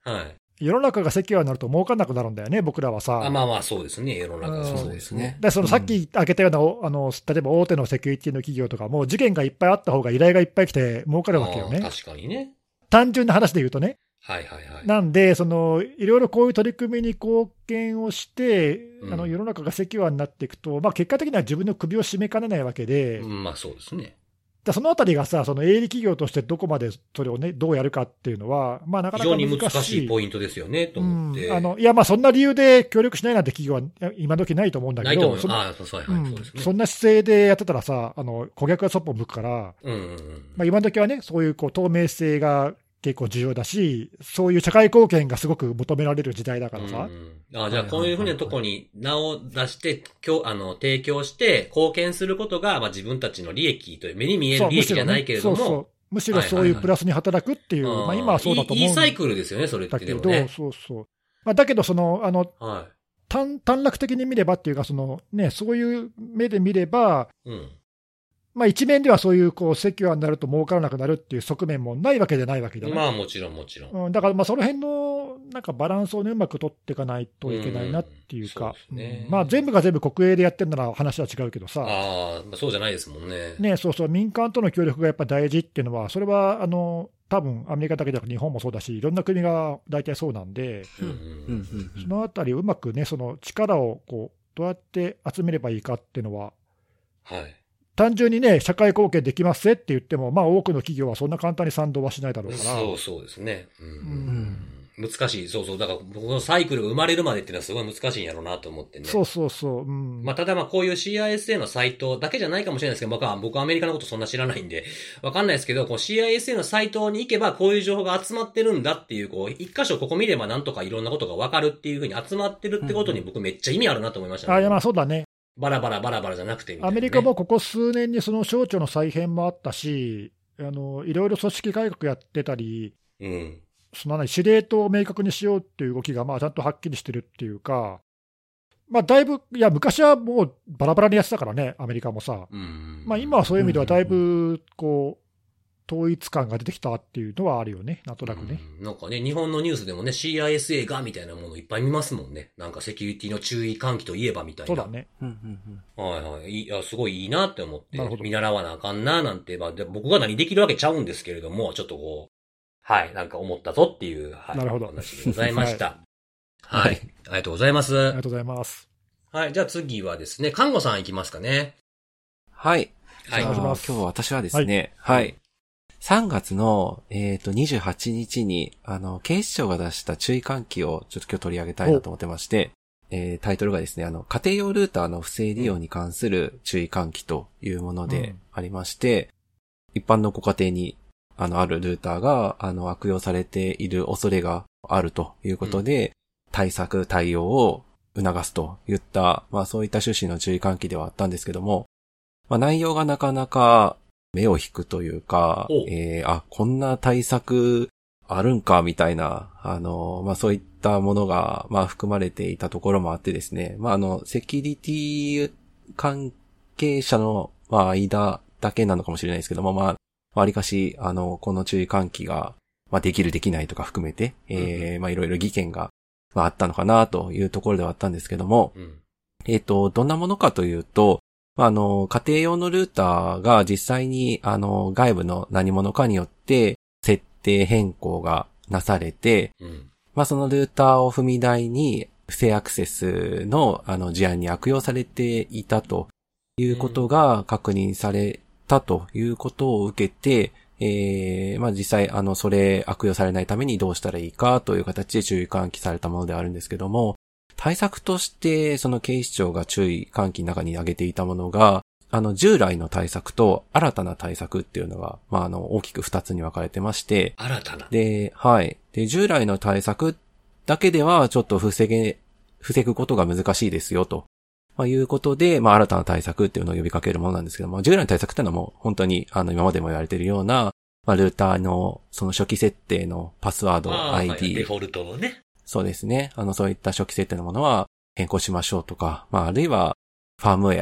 はい。 世の中がセキュアになると儲かんなくなるんだよね、僕らはさ。 あ、まあまあ、そうですね。世の中はそうですね。 で、そのさっき挙げたような、おあの、例えば大手のセキュリティの企業とかも、事件がいっぱいあった方が依頼がいっぱい来て儲かるわけよね。 あー確かにね。 単純な話で言うとね。 はいはいはい。 なんで、その、いろいろこういう取り組みに貢献をして、 うんあの、世の中がセキュアになっていくと、まあ結果的には自分の首を絞めかねないわけで、 うんまあそうですね。 だそのあたりがさ、その営利企業としてどこまでそれをね、どうやるかっていうのは、まあなか非なか難しい。 常に難しいポイントですよね、と思って。 うん、あのいや、まあそんな理由で協力しないなんて企業は今時ないと思うんだけど、 ないと思います。 そああ、そうそう、はい、はい、そうですね。 そんな姿勢でやってたらさ、あの顧客がそっぽ向くから、 うんうんうん。 まあ、今時はね、そういうこう透明性が結構重要だし、そういう社会貢献がすごく求められる時代だからさ。 うんうん、あじゃあ、こういうふうなとこに名を出して、今日、あの、提供して貢献することが、まあ自分たちの利益という、目に見える利益じゃないけれども、 そうそうむしろそういうプラスに働くっていう、 はいはいはいまあ今はそうだと思うんだけど、 いいサイクルですよね、それってでもね。 そうそう。まあ、だけど、その、あの、 はい。 短短絡的に見ればっていうか、そのね、そういう目で見れば、 うん。 まあ、一面ではそういうこうセキュアになると儲からなくなるっていう側面もないわけじゃないわけだね。 まあもちろんもちろん。 うん、だからまあその辺のなんかバランスを、ね、うまく取っていかないといけないなっていうか、 うんそうですねうんまあ、全部が全部国営でやってるなら話は違うけどさ、 ああ、そうじゃないですもんね。 ね、そうそう、民間との協力がやっぱ大事っていうのは、それはあの多分アメリカだけじゃなく日本もそうだし、いろんな国が大体そうなんで、 うんうんそのあたりをうまくね、その力をこうどうやって集めればいいかっていうのは、 はい。 単純にね、社会貢献できますって言っても、まあ、多くの企業はそんな簡単に賛同はしないだろうから。 そうそうですね。うんうん難しい。そうそう。だから、僕のサイクルが生まれるまでっていうのはすごい難しいんやろうなと思ってね。 そうそうそう。うん、 まあ、ただまあ、こういう シーアイエスエー のサイトだけじゃないかもしれないですけど、僕は、僕はアメリカのことそんな知らないんで、わかんないですけど、こう シーアイエスエー のサイトに行けば、こういう情報が集まってるんだっていう、こう、一箇所ここ見ればなんとかいろんなことがわかるっていうふうに集まってるってことに僕めっちゃ意味あるなと思いましたね。 あいやまあそうだね。 バラバラバラバラじゃなくてみたいな、ね。 アメリカもここ数年にその省庁の再編もあったし、あのいろいろ組織改革やってたり、 うん。 その司令塔を明確にしようっていう動きがまあちゃんとはっきりしてるっていうか、まあ、だいぶ、いや、昔はもうバラバラにやってたからね、アメリカもさ、 うんまあ、今はそういう意味ではだいぶこう統一感が出てきたっていうのはあるよね、なんとなくね。 うんなんかね、日本のニュースでもね、シーアイエスエー がみたいなものいっぱい見ますもんね。なんかセキュリティの注意喚起といえばみたいな。 そうだね。 はいはい。いや、すごいいいなって思ってなるほ、ど見習わなあかんななんて、まあ、で僕が何できるわけちゃうんですけれども、ちょっとこう、はい、なんか思ったぞっていう、はい、 なるほど話でございました。はい、はい。ありがとうございます。 ありがとうございます。 はい、じゃあ次はですね、看護さんいきますかね。 はい。 はい。 お願いします今日私はですね、はい。はい、さんがつの、えっと、にじゅうはちにちに、あの、警視庁が出した注意喚起をちょっと今日取り上げたいなと思ってまして、えー、タイトルがですね、あの、家庭用ルーターの不正利用に関する注意喚起というものでありまして、うん、一般のご家庭に、あの、あるルーターが、あの、悪用されている恐れがあるということで、うん、対策、対応を促すといった、まあそういった趣旨の注意喚起ではあったんですけども、まあ内容がなかなか目を引くというか、えー、あ、こんな対策あるんかみたいな、あの、まあそういったものが、まあ含まれていたところもあってですね、まああの、セキュリティ関係者の、まあ間だけなのかもしれないですけども、まあ、わりかし、あの、この注意喚起が、まあできるできないとか含めて、えー、まあいろいろ意見が、まああったのかなというところではあったんですけども、うん、えっと、どんなものかというと、まあ、あの、家庭用のルーターが実際に、あの、外部の何者かによって設定変更がなされて、うん、まあそのルーターを踏み台に不正アクセスの、あの、事案に悪用されていたということが確認されたということを受けて、えー、まあ実際、あの、それ悪用されないためにどうしたらいいかという形で注意喚起されたものではあるんですけども、対策として、その警視庁が注意喚起の中に挙げていたものが、あの、従来の対策と新たな対策っていうのが、まあ、あの、大きく二つに分かれてまして。 新たな。 で、はい。で、従来の対策だけでは、ちょっと防げ、防ぐことが難しいですよ、と。まあ、いうことで、まあ、新たな対策っていうのを呼びかけるものなんですけども、従来の対策っていうのはもう、本当に、あの、今までも言われているような、まあ、ルーターの、その初期設定のパスワード、アイディー。 はい、デフォルトのね。 そうですね。あの、そういった初期設定のものは変更しましょうとか、まあ、あるいは、ファームウェア、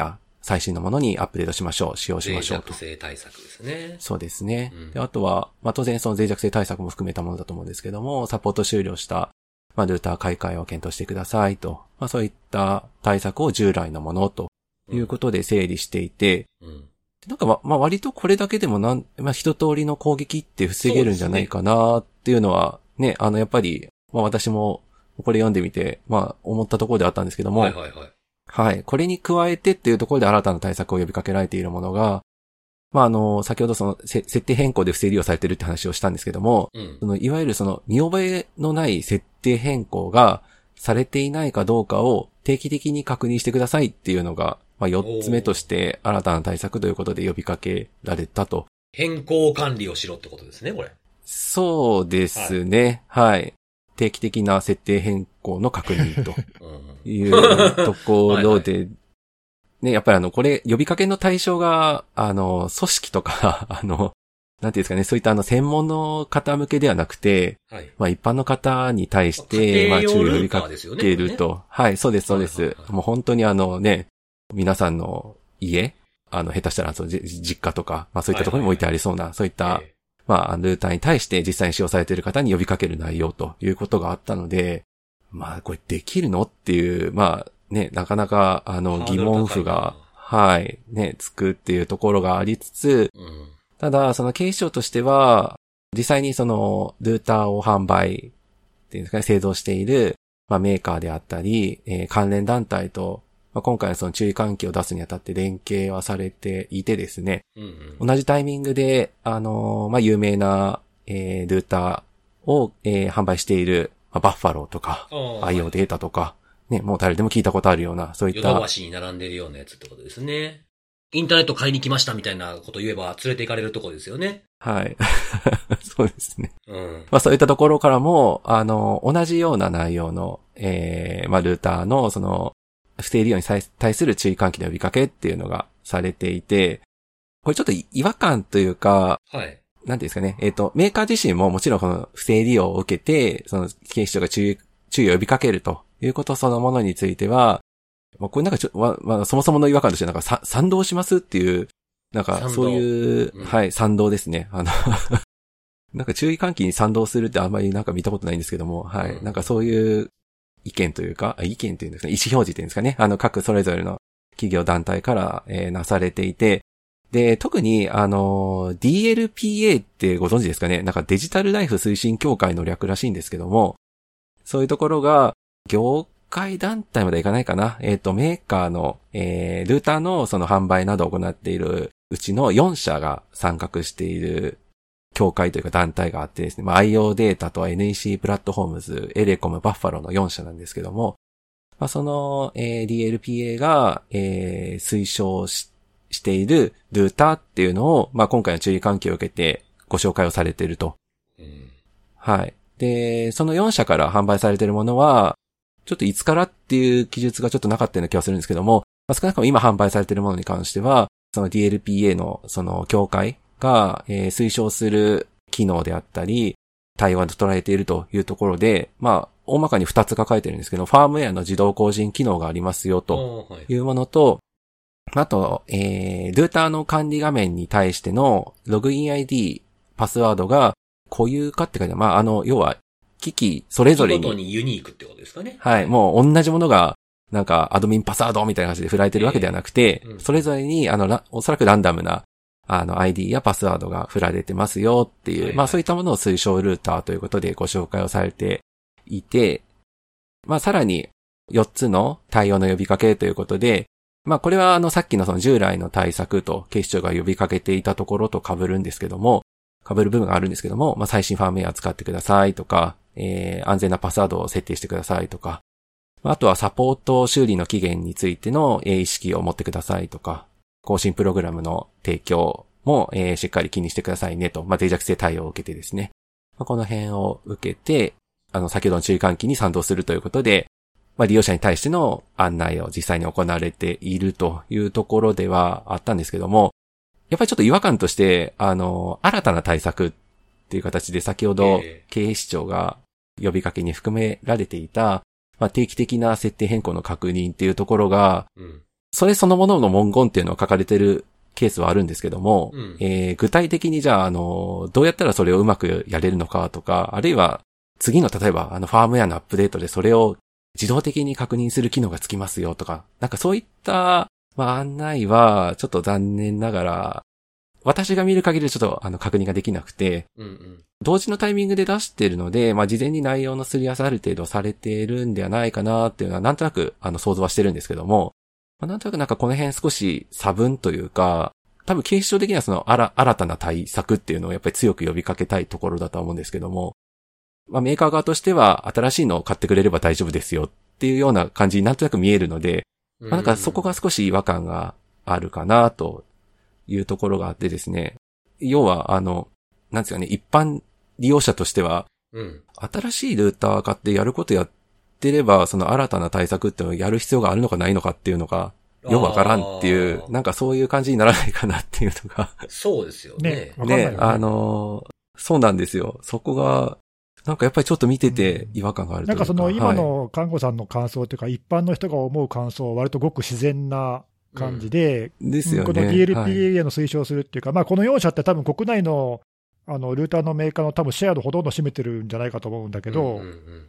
最新のものにアップデートしましょう、使用しましょうと。 脆弱性対策ですね。 そうですね。 うん、 であとは、まあ、当然その脆弱性対策も含めたものだと思うんですけども、サポート終了した、まあ、ルーター買い替えを検討してくださいと。まあ、そういった対策を従来のものということで整理していて、 うんうんなんかま、まあ、割とこれだけでもなん、まあ、一通りの攻撃って防げるんじゃないかなっていうのは、ね、あの、やっぱり、まあ、私もこれ読んでみて、まあ、思ったところであったんですけども、 はいはいはい。 はい。これに加えてっていうところで新たな対策を呼びかけられているものが、まあ、あの、先ほどその、設定変更で不正利用されてるって話をしたんですけども、 うん、 そのいわゆるその、見覚えのない設定変更がされていないかどうかを定期的に確認してくださいっていうのが、まあ、よっつめとして新たな対策ということで呼びかけられたと。 変更管理をしろってことですね、これ。 そうですね。はい。はい、定期的な設定変更の確認というところで、はいはい、ね、やっぱりあの、これ、呼びかけの対象が、あの、組織とか、あの、なんていうんですかね、そういったあの、専門の方向けではなくて、はい、まあ一般の方に対して、まあ注意を呼びかけると。ね、はい、そうです、そうです、はいはいはい。もう本当にあのね、皆さんの家、あの、下手したらその実家とか、まあそういったところにも置いてありそうな、はいはいはい、そういった、えー、まあ、ルーターに対して実際に使用されている方に呼びかける内容ということがあったので、まあ、これできるのっていう、まあ、ね、なかなか、あの、疑問符が、はい、ね、つくっていうところがありつつ、うん、ただ、その警視庁としては、実際にその、ルーターを販売っていうんですかね、製造している、まあ、メーカーであったり、えー、関連団体と、まあ、今回のその注意喚起を出すにあたって連携はされていてですね、うんうん、同じタイミングで、あのー、まあ、有名な、えー、ルーターを、えー、販売している、まあ、バッファローとか、アイオー データとか、ね、もう誰でも聞いたことあるような、そういった。 ヨドバシに並んでるようなやつってことですね。インターネット買いに来ましたみたいなこと言えば連れて行かれるところですよね。 はい。そうですね。 うん。 まあそういったところからも、あの、同じような内容の、えー、まあルーターの、その、不正利用に対する注意喚起の呼びかけっていうのがされていて、これちょっと違和感というか、 はい。 なんていうんですかね。えっと、メーカー自身ももちろんこの不正利用を受けて、その警視庁が注意、注意を呼びかけるということそのものについては、まあ、これなんかちょ、ま、まあ、そもそもの違和感としてなんかさ賛同しますっていう、なんかそういう、うん、はい、賛同ですね。あの、なんか注意喚起に賛同するってあんまりなんか見たことないんですけども、はい。うん、なんかそういう意見というか、意見というんですかね、意思表示っていうんですかね。あの、各それぞれの企業団体から、えー、なされていて、で、特に、あの、ディーエルピーエー ってご存知ですかね。なんかデジタルライフ推進協会の略らしいんですけども、そういうところが、業界団体までいかないかな。えっと、メーカーの、えー、ルーターのその販売などを行っているうちのよん社が参画している協会というか団体があってですね。まあ、アイオー データと エヌイーシー プラットフォームズ、エレコム、バッファローのよん社なんですけども、まあ、その、えー、ディーエルピーエー が、えー、推奨し、しているルーターっていうのを、まあ、今回の注意喚起を受けてご紹介をされていると。うん、はい。で、そのよん社から販売されているものは、ちょっといつからっていう記述がちょっとなかったような気がするんですけども、まあ、少なくとも今販売されているものに関しては、その ディーエルピーエー のその協会が、えー、推奨する機能であったり、対応と捉えているというところで、まあ、大まかにふたつが書いてるんですけど、ファームウェアの自動更新機能がありますよというものと、あと、えー、ルーターの管理画面に対してのログイン アイディー、パスワードが固有化って書いてある。まあ、あの、要は、機器それぞれに。 機ごとにユニークってことですかね。 はい。もう同じものが、なんか、アドミンパスワードみたいな感じで振られてるわけではなくて、えーうん、それぞれに、あの、おそらくランダムな、あの、アイディー やパスワードが振られてますよっていう、はいはい、まあそういったものを推奨ルーターということでご紹介をされていて、まあさらによっつの対応の呼びかけということで、まあこれはあのさっきのその従来の対策と警視庁が呼びかけていたところと被るんですけども、被る部分があるんですけども、まあ最新ファームウェア使ってくださいとか、えー、安全なパスワードを設定してくださいとか、あとはサポート修理の期限についての意識を持ってくださいとか、更新プログラムの提供も、えー、しっかり気にしてくださいねと、まあ、脆弱性対応を受けてですね。まあ、この辺を受けて、あの、先ほどの注意喚起に賛同するということで、まあ、利用者に対しての案内を実際に行われているというところではあったんですけども、やっぱりちょっと違和感として、あの、新たな対策っていう形で先ほど警視庁が呼びかけに含められていた、まあ、定期的な設定変更の確認っていうところが、うん、 それそのものの文言っていうのは書かれてるケースはあるんですけども、 うん、 えー、具体的にじゃあ、あの、どうやったらそれをうまくやれるのかとか、あるいは次の例えばあのファームウェアのアップデートでそれを自動的に確認する機能がつきますよとか、なんかそういった、まあ、案内はちょっと残念ながら、私が見る限りでちょっとあの確認ができなくて、 うんうん、 同時のタイミングで出しているので、まあ事前に内容のすり合わせある程度されているんではないかなっていうのはなんとなくあの想像はしてるんですけども、まあ、なんとなくなんかこの辺少し差分というか、多分警視庁的にはその新新たな対策っていうのをやっぱり強く呼びかけたいところだとは思うんですけども、まあメーカー側としては新しいのを買ってくれれば大丈夫ですよっていうような感じになんとなく見えるので、まあなんかそこが少し違和感があるかなというところがあってですね、要はあの、なんですかね、一般利用者としては、 うん、 新しいルーター買ってやることやってれば、その新たな対策っていうのをやる必要があるのかないのかっていうのが、よくわからんっていう、なんかそういう感じにならないかなっていうのが。 そうですよね。 ね、 ね、ね、あの、そうなんですよ。そこが、なんかやっぱりちょっと見てて違和感があるというか。 なんかその今の看護さんの感想というか、はい、一般の人が思う感想は割とごく自然な感じで、 うん、ですよね。 この ディーエルピーエー の推奨するっていうか、はい、まあこのよん社って多分国内のあのルーターのメーカーの多分シェアのほとんど占めてるんじゃないかと思うんだけど、うんうんうん、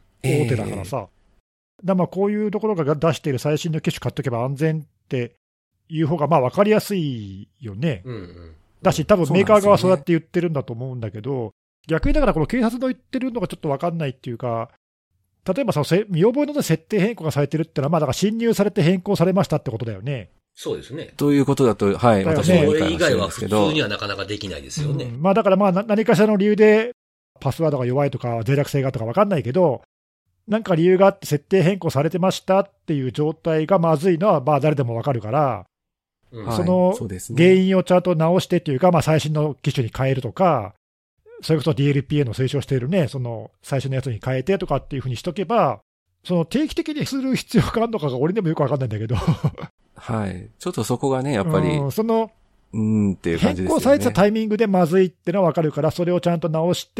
大手だからさ。えー、だまあこういうところが出している最新の機種買っとけば安全っていう方がまあ分かりやすいよね。 うんうん、 だし、多分メーカー側はそうやって言ってるんだと思うんだけど、逆にだからこの警察の言ってるのがちょっと分かんないっていうか、例えばさ、見覚えの設定変更がされてるってのは、まあだから侵入されて変更されましたってことだよね。 そうですね。 ということだと、はい、 ね、 私もそれ以外は普通にはなかなかできないですよね。 うん、まあだからまあ何かしらの理由でパスワードが弱いとか脆弱性がとか分かんないけど、なんか理由があって設定変更されてましたっていう状態がまずいのはまあ誰でも分かるから、うん、その原因をちゃんと直してっていうか、まあ最新の機種に変えるとか、それこそ ディーエルピーエー の推奨しているね、その最初のやつに変えてとかっていうふうにしとけば、その定期的にする必要があるのかが俺でもよく分かんないんだけど。 はい。ちょっとそこがね、やっぱり。 うん、その、 うんっていう感じですよね。 変更されてたタイミングでまずいってのは分かるから、それをちゃんと直して、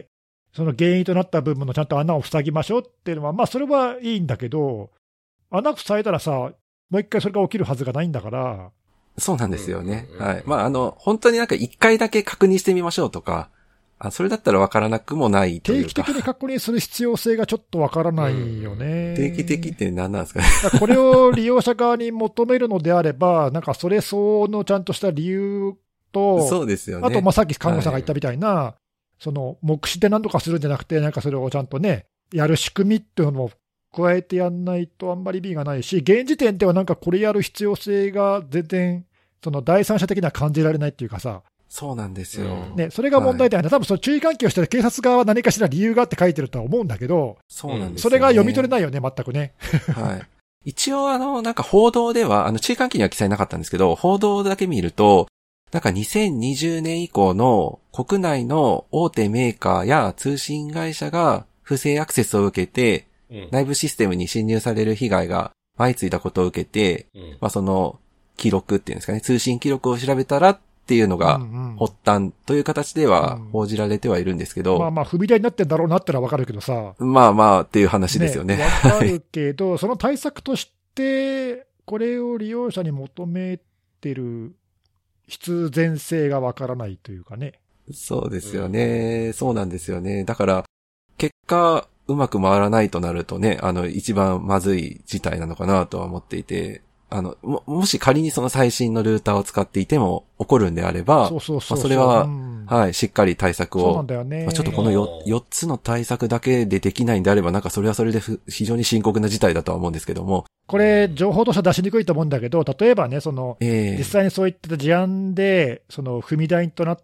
その原因となった部分のちゃんと穴を塞ぎましょうっていうのは、まあそれはいいんだけど、穴塞いだらさ、もう一回それが起きるはずがないんだから。 そうなんですよね。はい。まああの、本当になんか一回だけ確認してみましょうとか、あ、それだったら分からなくもないというか。 定期的に確認する必要性がちょっと分からないよね。 定期的って何なんですかね。 これを利用者側に求めるのであれば、なんかそれ相応のちゃんとした理由と、 そうですよね。 あと、まあさっき看護師さんが言ったみたいな、はい、その目視で何とかするんじゃなくて、なんかそれをちゃんとね、やる仕組みっていうのも加えてやんないとあんまり意味がないし、現時点ではなんかこれやる必要性が全然、その第三者的には感じられないっていうかさ。 そうなんですよ。 ね、それが問題だよね。はい、多分その注意喚起をしてる警察側は何かしら理由があって書いてるとは思うんだけど、 そうなんですよね。 それが読み取れないよね、全くね。 はい。一応あの、なんか報道では、あの注意喚起には記載なかったんですけど、報道だけ見ると、なんかにせんにじゅうねん以降の国内の大手メーカーや通信会社が不正アクセスを受けて、うん、内部システムに侵入される被害が相次いだことを受けて、うん、まあその記録っていうんですかね、通信記録を調べたらっていうのが発端という形では報じられてはいるんですけど、うんうん、 まあまあ踏み台になってんだろうなってのはわかるけどさ。 まあまあっていう話ですよね。 わ、ね、かるけど、その対策としてこれを利用者に求めてる必然性がわからないというかね。 そうですよね、うん。そうなんですよね。だから結果うまく回らないとなるとね、あの一番まずい事態なのかなとは思っていて。あの、も、もし仮にその最新のルーターを使っていても起こるんであれば、 そうそうそうそう、 まあ、それは、 うん、 はい、しっかり対策を。 そうなんだよね。 まあ、ちょっとこの 4, 4つの対策だけでできないんであれば、なんかそれはそれで非常に深刻な事態だとは思うんですけども。 これ、情報としては出しにくいと思うんだけど、例えばね、その、 えー、 実際にそういった事案で、その、踏み台となった、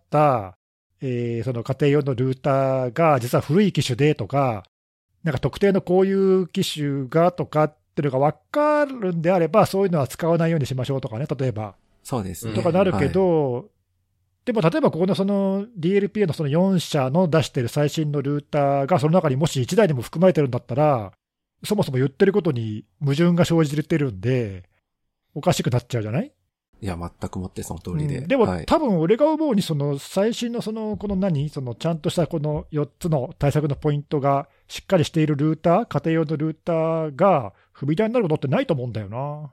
えー、その家庭用のルーターが、実は古い機種でとか、なんか特定のこういう機種がとか、っていうのが分かるんであれば、そういうのは使わないようにしましょうとかね、例えば。 そうですね。 とかなるけど、はい、でも例えばここのその ディーエルピーエー のそのよん社の出してる最新のルーターが、その中にもしいちだいでも含まれてるんだったら、そもそも言ってることに矛盾が生じてるんで、おかしくなっちゃうじゃない？ いや、全くもってその通りで。 うん、でも、 はい、 多分俺が思うに、その最新のその、この何、そのちゃんとしたこのよっつの対策のポイントがしっかりしているルーター、家庭用のルーターが不備台になることってないと思うんだよな。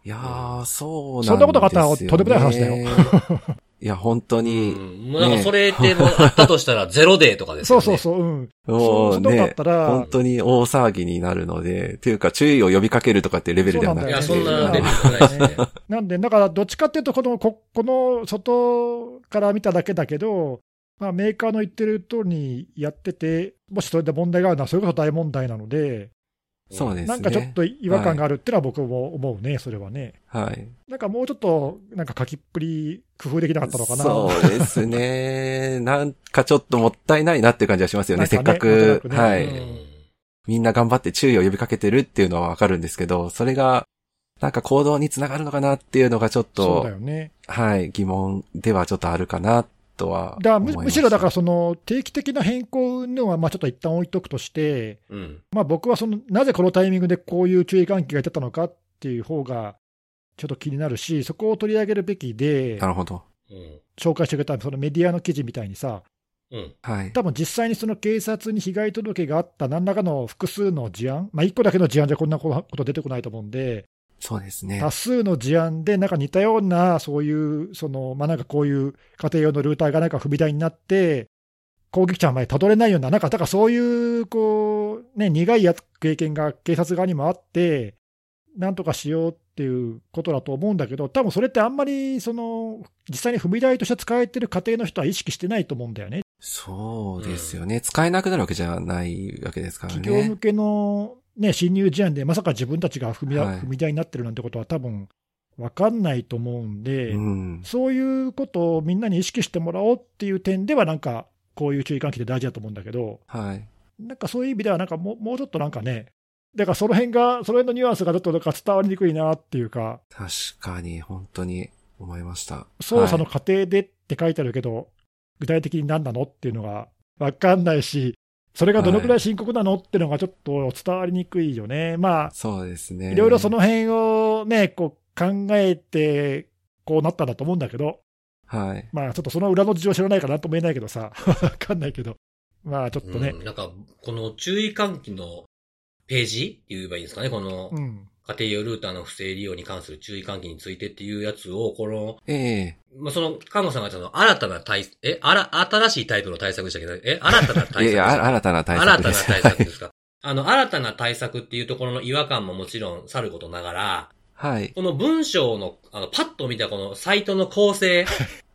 いやー、そうなんですよ、ね。 そんなことがあったらとんでもない話だよ。 いや、本当に。 うん、もうなんかそれってもうあったとしたらゼロデーとかですよね。 そうそうそう、うん。 もうね、 そうだったら本当に大騒ぎになるので、というか注意を呼びかけるとかっていうレベルではなくて。 いや、そんなレベルじゃないですね。 なんで、だからどっちかっていうと、この、こ、この外から見ただけだけど、まあメーカーの言ってる通りにやってて、もしそれで問題があるのは、それこそ大問題なので、 そうですね。 なんかちょっと違和感があるっていうのは僕も思うね、それはね。 はい。 なんかもうちょっと、なんか書きっぷり工夫できなかったのかな。 そうですね。なんかちょっともったいないなっていう感じはしますよね、ねせっかく。ね、はい、うん。みんな頑張って注意を呼びかけてるっていうのはわかるんですけど、それが、なんか行動につながるのかなっていうのがちょっと、 そうだよね。 はい、疑問ではちょっとあるかなとはだむ。むしろだからその定期的な変更のはまあちょっと一旦置いとくとして、うん、まあ僕はそのなぜこのタイミングでこういう注意喚起が出たのかっていう方がちょっと気になるし、そこを取り上げるべきで、 なるほど。 紹介してくれたそのメディアの記事みたいにさ、 うん、 はい、多分実際にその警察に被害届があった何らかの複数の事案、まあいっこだけの事案じゃこんなこと出てこないと思うんで、 そうですね。 多数の事案で、なんか似たような、そういう、その、まあ、なんかこういう家庭用のルーターがなんか不備台になって、攻撃者までたどれないような、なんか、だからそういう、こう、ね、苦い経験が警察側にもあって、なんとかしようっていうことだと思うんだけど、多分それってあんまり、その、実際に不備台として使えてる家庭の人は意識してないと思うんだよね。 そうですよね。うん、使えなくなるわけじゃないわけですからね。 企業向けの、ね、侵入事案でまさか自分たちが踏み、はい、踏み台になってるなんてことは多分分かんないと思うんで、うん、そういうことをみんなに意識してもらおうっていう点では、なんかこういう注意喚起って大事だと思うんだけど、 はい、 なんかそういう意味では、なんかもう、もうちょっとなんかね、だからその辺が、その辺のニュアンスがちょっとなんか伝わりにくいなっていうか、 確かに、本当に思いました。 捜査の過程でって書いてあるけど、はい、具体的に何なのっていうのが分かんないし、それがどのくらい深刻なのっていうのがちょっと伝わりにくいよね。まあ、 そうですね。 いろいろその辺をね、こう考えて、こうなったんだと思うんだけど、 はい。 まあちょっとその裏の事情知らないからなんとも言えないけどさ、わかんないけど、まあちょっとね。 うん、なんか、この注意喚起のページって言えばいいんですかね、この、家庭用ルーターの不正利用に関する注意喚起についてっていうやつを、この、 ええー、まあ、その、看護さんがその、新たな対、え、あら、新しいタイプの対策でしたっけど、え、新たな対策。 いやいや、新たな対策です。新たな対策ですか。あの、新たな対策っていうところの違和感ももちろんさることながら、 はい。 この文章の、あの、パッと見たこのサイトの構成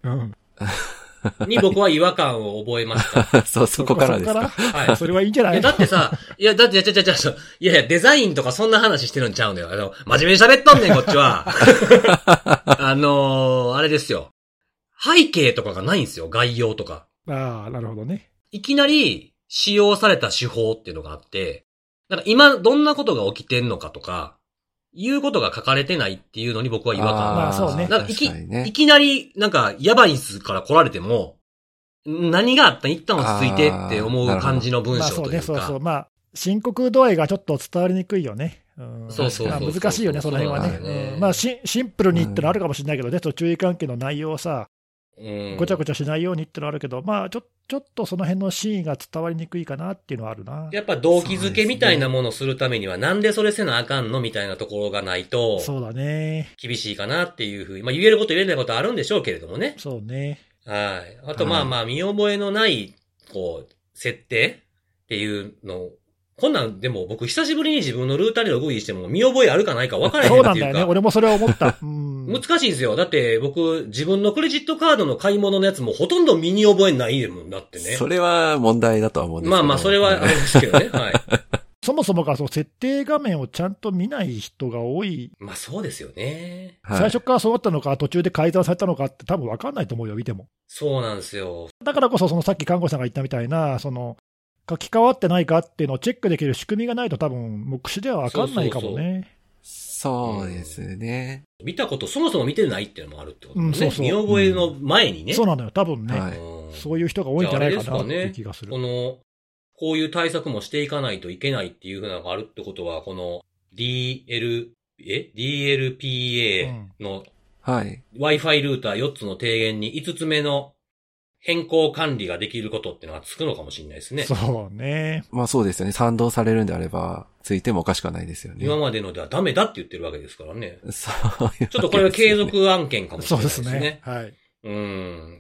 に僕は違和感を覚えました。 そう、そこからですか。 はい。それはいいんじゃない？ いや、だってさ、いや、だって、ちゃちゃちゃちゃ、いやいや、デザインとかそんな話してるんちゃうんだよ。あの、真面目に喋っとんねん、こっちは。あのー、あれですよ。背景とかがないんですよ、概要とか。 ああ、なるほどね。 いきなり使用された手法っていうのがあって、なんか今どんなことが起きてんのかとか、いうことが書かれてないっていうのに僕は違和感が。 まあそうね。 なんかいき、ね、いきなり、なんか、ヤバインスから来られても、何があったん一旦落ち着いてって思う感じの文章というか。まあそうね、そうそう。まあ、 深刻度合いがちょっと伝わりにくいよね。うん、 そうそうそうそう。 難しいよね、その辺はね。ねうん、まあシ、シンプルにってのあるかもしれないけどね、うん、注意喚起の内容をさ、うん、ごちゃごちゃしないようにってのあるけど、まあちょ、ちょっとその辺のシーンが伝わりにくいかなっていうのはあるな。 やっぱ動機づけみたいなものをするためには、なんでそれせなあかんのみたいなところがないと、 そうだね。 厳しいかなっていうふうに、まあ言えること言えないことあるんでしょうけれどもね。 そうね。 はい。あとまあまあ見覚えのない、こう、設定っていうのこんなんでも僕久しぶりに自分のルーターにログインしても見覚えあるかないか分からへんっていうか。 そうなんだよね。俺もそれは思った。 うん難しいんですよ。だって僕自分のクレジットカードの買い物のやつもほとんど身に覚えないもんだってね。 それは問題だとは思うんですけど。 まあまあそれはあれですけどね。はい。 そもそもがその設定画面をちゃんと見ない人が多い。 まあそうですよね。 最初からそうだったのか、途中で改ざんされたのかって多分分かんないと思うよ、見ても。 そうなんですよ。 だからこそ、そのさっき看護師さんが言ったみたいな、その、書き換わってないかっていうのをチェックできる仕組みがないと多分、目視では分かんないかもね。 そうですね、 うん。見たこと、そもそも見てないっていうのもあるってことね。うん、そうそう。見覚えの前にね。 うん、そうなのよ、多分ね、はい。そういう人が多いんじゃないかなっていう気がする。 この、こういう対策もしていかないといけないっていうふうなのがあるってことは、この ディーエル、え ディーエルピーエー の Wi-Fi ルーターよっつの提言にいつつめの変更管理ができることっていうのがつくのかもしれないですね。 そうね。 まあそうですよね。賛同されるんであれば、ついてもおかしくはないですよね。 今までのではダメだって言ってるわけですからね。 そういう、ね。 ちょっとこれは継続案件かもしれないですね。 そうですね。はい。 うん。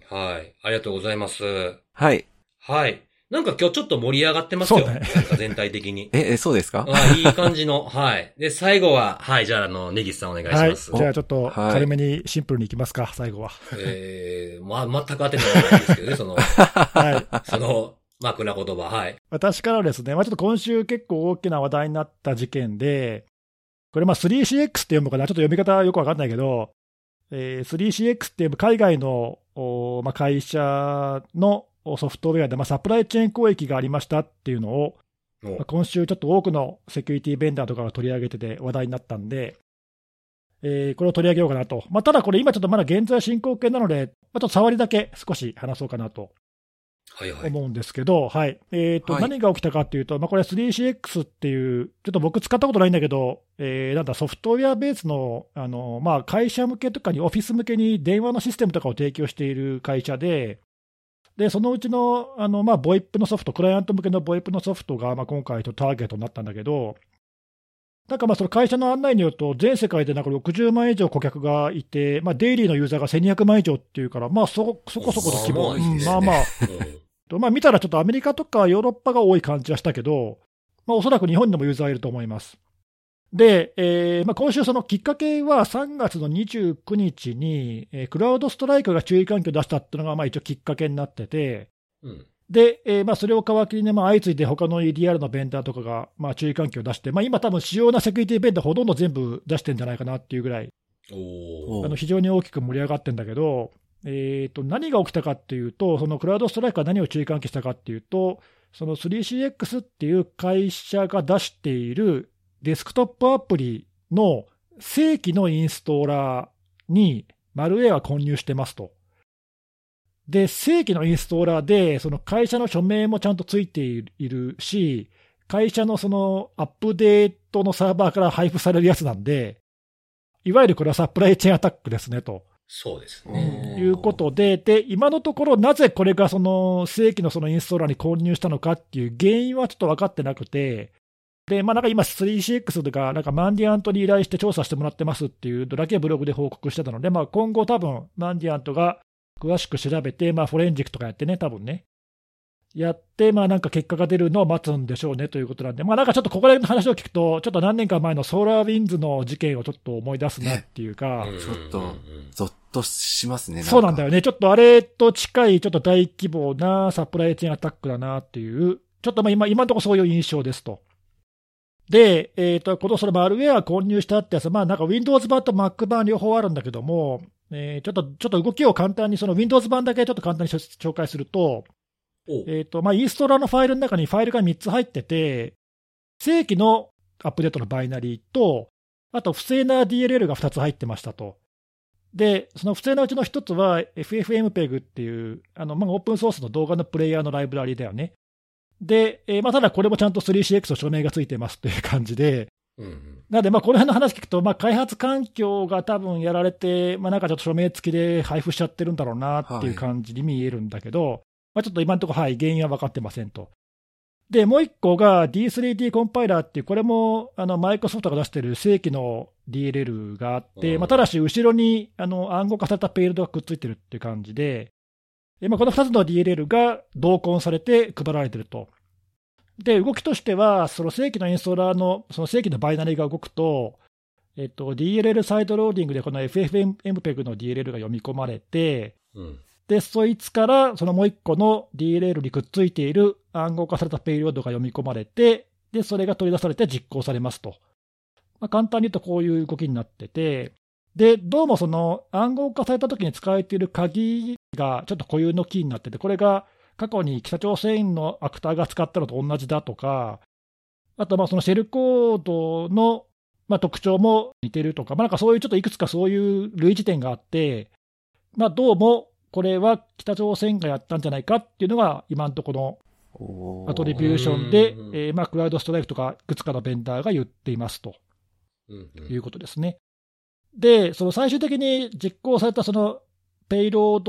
はい。ありがとうございます。 はい。 はい。なんか今日ちょっと盛り上がってますよ。 そうね。 なんか全体的に。 え、え、そうですか？ あ、いい感じの。はい。で、最後は、はい。じゃあ、あの、ネギスさんお願いします。 はい。じゃあちょっと、軽めにシンプルにいきますか、はい、最後は。 えー、まあ、全く当ててはないんですけどね、その、はい。その、枕言葉、はい。 私からはですね、まあちょっと今週結構大きな話題になった事件で、これまあ スリーシーエックス って読むかな、ちょっと読み方よくわかんないけど、えー、スリーシーエックス っていう海外の、まあ、会社のソフトウェアで、まあ、サプライチェーン攻撃がありましたっていうのを、まあ、今週ちょっと多くのセキュリティベンダーとかが取り上げてて話題になったんで、えー、これを取り上げようかなと。まあ、ただこれ今ちょっとまだ現在進行形なので、まあ、ちょっと触りだけ少し話そうかなと思うんですけど、はい、はい。えーと、はい、何が起きたかっていうと、まあ、これ スリーシーエックス っていう、ちょっと僕使ったことないんだけど、えー、なんだソフトウェアベースの、あの、まあ、会社向けとかにオフィス向けに電話のシステムとかを提供している会社で、で、そのうちの、あの、まあ、ボイップのソフト、クライアント向けのボイップのソフトが、まあ、今回とターゲットになったんだけど、なんかまあその会社の案内によると、全世界でなんかろくじゅうまん以上顧客がいて、まあ、デイリーのユーザーがせんにひゃくまん以上っていうから、まあそ、そこそこの規模、まあまあ、まあ見たらちょっとアメリカとかヨーロッパが多い感じはしたけど、まあ、おそらく日本でもユーザーいると思います。で、えーまあ、今週、そのきっかけはさんがつのにじゅうくにちに、えー、クラウドストライクが注意喚起を出したっていうのがまあ一応きっかけになってて、うんで、えーまあ、それを皮切りに、まあ、相次いで他の イーディーアール のベンダーとかが、まあ、注意喚起を出して、まあ、今多分主要なセキュリティベンダーほとんど全部出してるんじゃないかなっていうぐらい、おあの非常に大きく盛り上がってるんだけど、えーと、何が起きたかっていうと、そのクラウドストライクが何を注意喚起したかっていうと、その スリーシーエックス っていう会社が出しているデスクトップアプリの正規のインストーラーにマルウェアが混入してますと。で、正規のインストーラーで、その会社の署名もちゃんとついているし、会社のそのアップデートのサーバーから配布されるやつなんで、いわゆるこれはサプライチェーンアタックですねと。 そうですね。 いうことで、で、今のところなぜこれがその正規のそのインストーラーに混入したのかっていう原因はちょっと分かってなくて、で、まあなんか今 スリーシーエックス とか、なんかマンディアントに依頼して調査してもらってますっていうのだけブログで報告してたので、まあ今後多分マンディアントが詳しく調べて、まあ、フォレンジックとかやってね、多分ね、やって、まあ、なんか結果が出るのを待つんでしょうねということなんで、まあ、なんかちょっとここら辺の話を聞くと、ちょっと何年か前のソーラーウィンズの事件をちょっと思い出すなっていうか、 ね、ちょっと、ゾッとしますね。 そうなんだよね、ちょっとあれと近い、ちょっと大規模なサプライチェーンアタックだなっていう、ちょっとまあ今、今のところそういう印象ですと。で、えっと、このそのマルウェア混入したってやつ、まあ、なんか Windows 版と Mac 版両方あるんだけども、えー、ちょっと、ちょっと動きを簡単に、その Windows 版だけちょっと簡単に紹介すると、えっと、まあ、インストーラーのファイルの中にファイルがみっつ入ってて、正規のアップデートのバイナリーと、あと不正な ディーエルエル がふたつ入ってましたと。で、その不正なうちのひとつは エフエフエムペグ っていう、あの、まあ、オープンソースの動画のプレイヤーのライブラリだよね。で、えー、まあ、ただこれもちゃんと スリーシーエックス の署名がついてますという感じで、うんうん、なので、まあ、この辺の話聞くと、まあ、開発環境が多分やられて、まあ、なんかちょっと署名付きで配布しちゃってるんだろうなっていう感じに見えるんだけど、はい、まあ、ちょっと今のところ、はい、原因は分かってませんと。で、もう一個が ディースリーティー コンパイラーっていう、これもあのマイクロソフトが出している正規の ディーエルエル があって、まあ、ただし後ろにあの暗号化されたペイロードがくっついてるっていう感じで、まあ、このふたつの ディーエルエル が同梱されて配られてると。で、動きとしては、その正規のインストーラーの、その正規のバイナリーが動くと、えっと、ディーエルエル サイドローディングでこの エフエフエムペグ の ディーエルエル が読み込まれて、うん、で、そいつからそのもう一個の ディーエルエル にくっついている暗号化されたペイロードが読み込まれて、で、それが取り出されて実行されますと。まあ、簡単に言うとこういう動きになってて、で、どうもその暗号化された時に使われている鍵がちょっと固有のキーになってて、これが過去に北朝鮮のアクターが使ったのと同じだとか、あとまあそのシェルコードのまあ特徴も似てるとか、まあ、なんかそういうちょっといくつかそういう類似点があって、まあ、どうもこれは北朝鮮がやったんじゃないかっていうのが今のところのアトリビューションで、えー、まあクラウドストライクとかいくつかのベンダーが言っていますということですね。で、その最終的に実行されたそのペイロード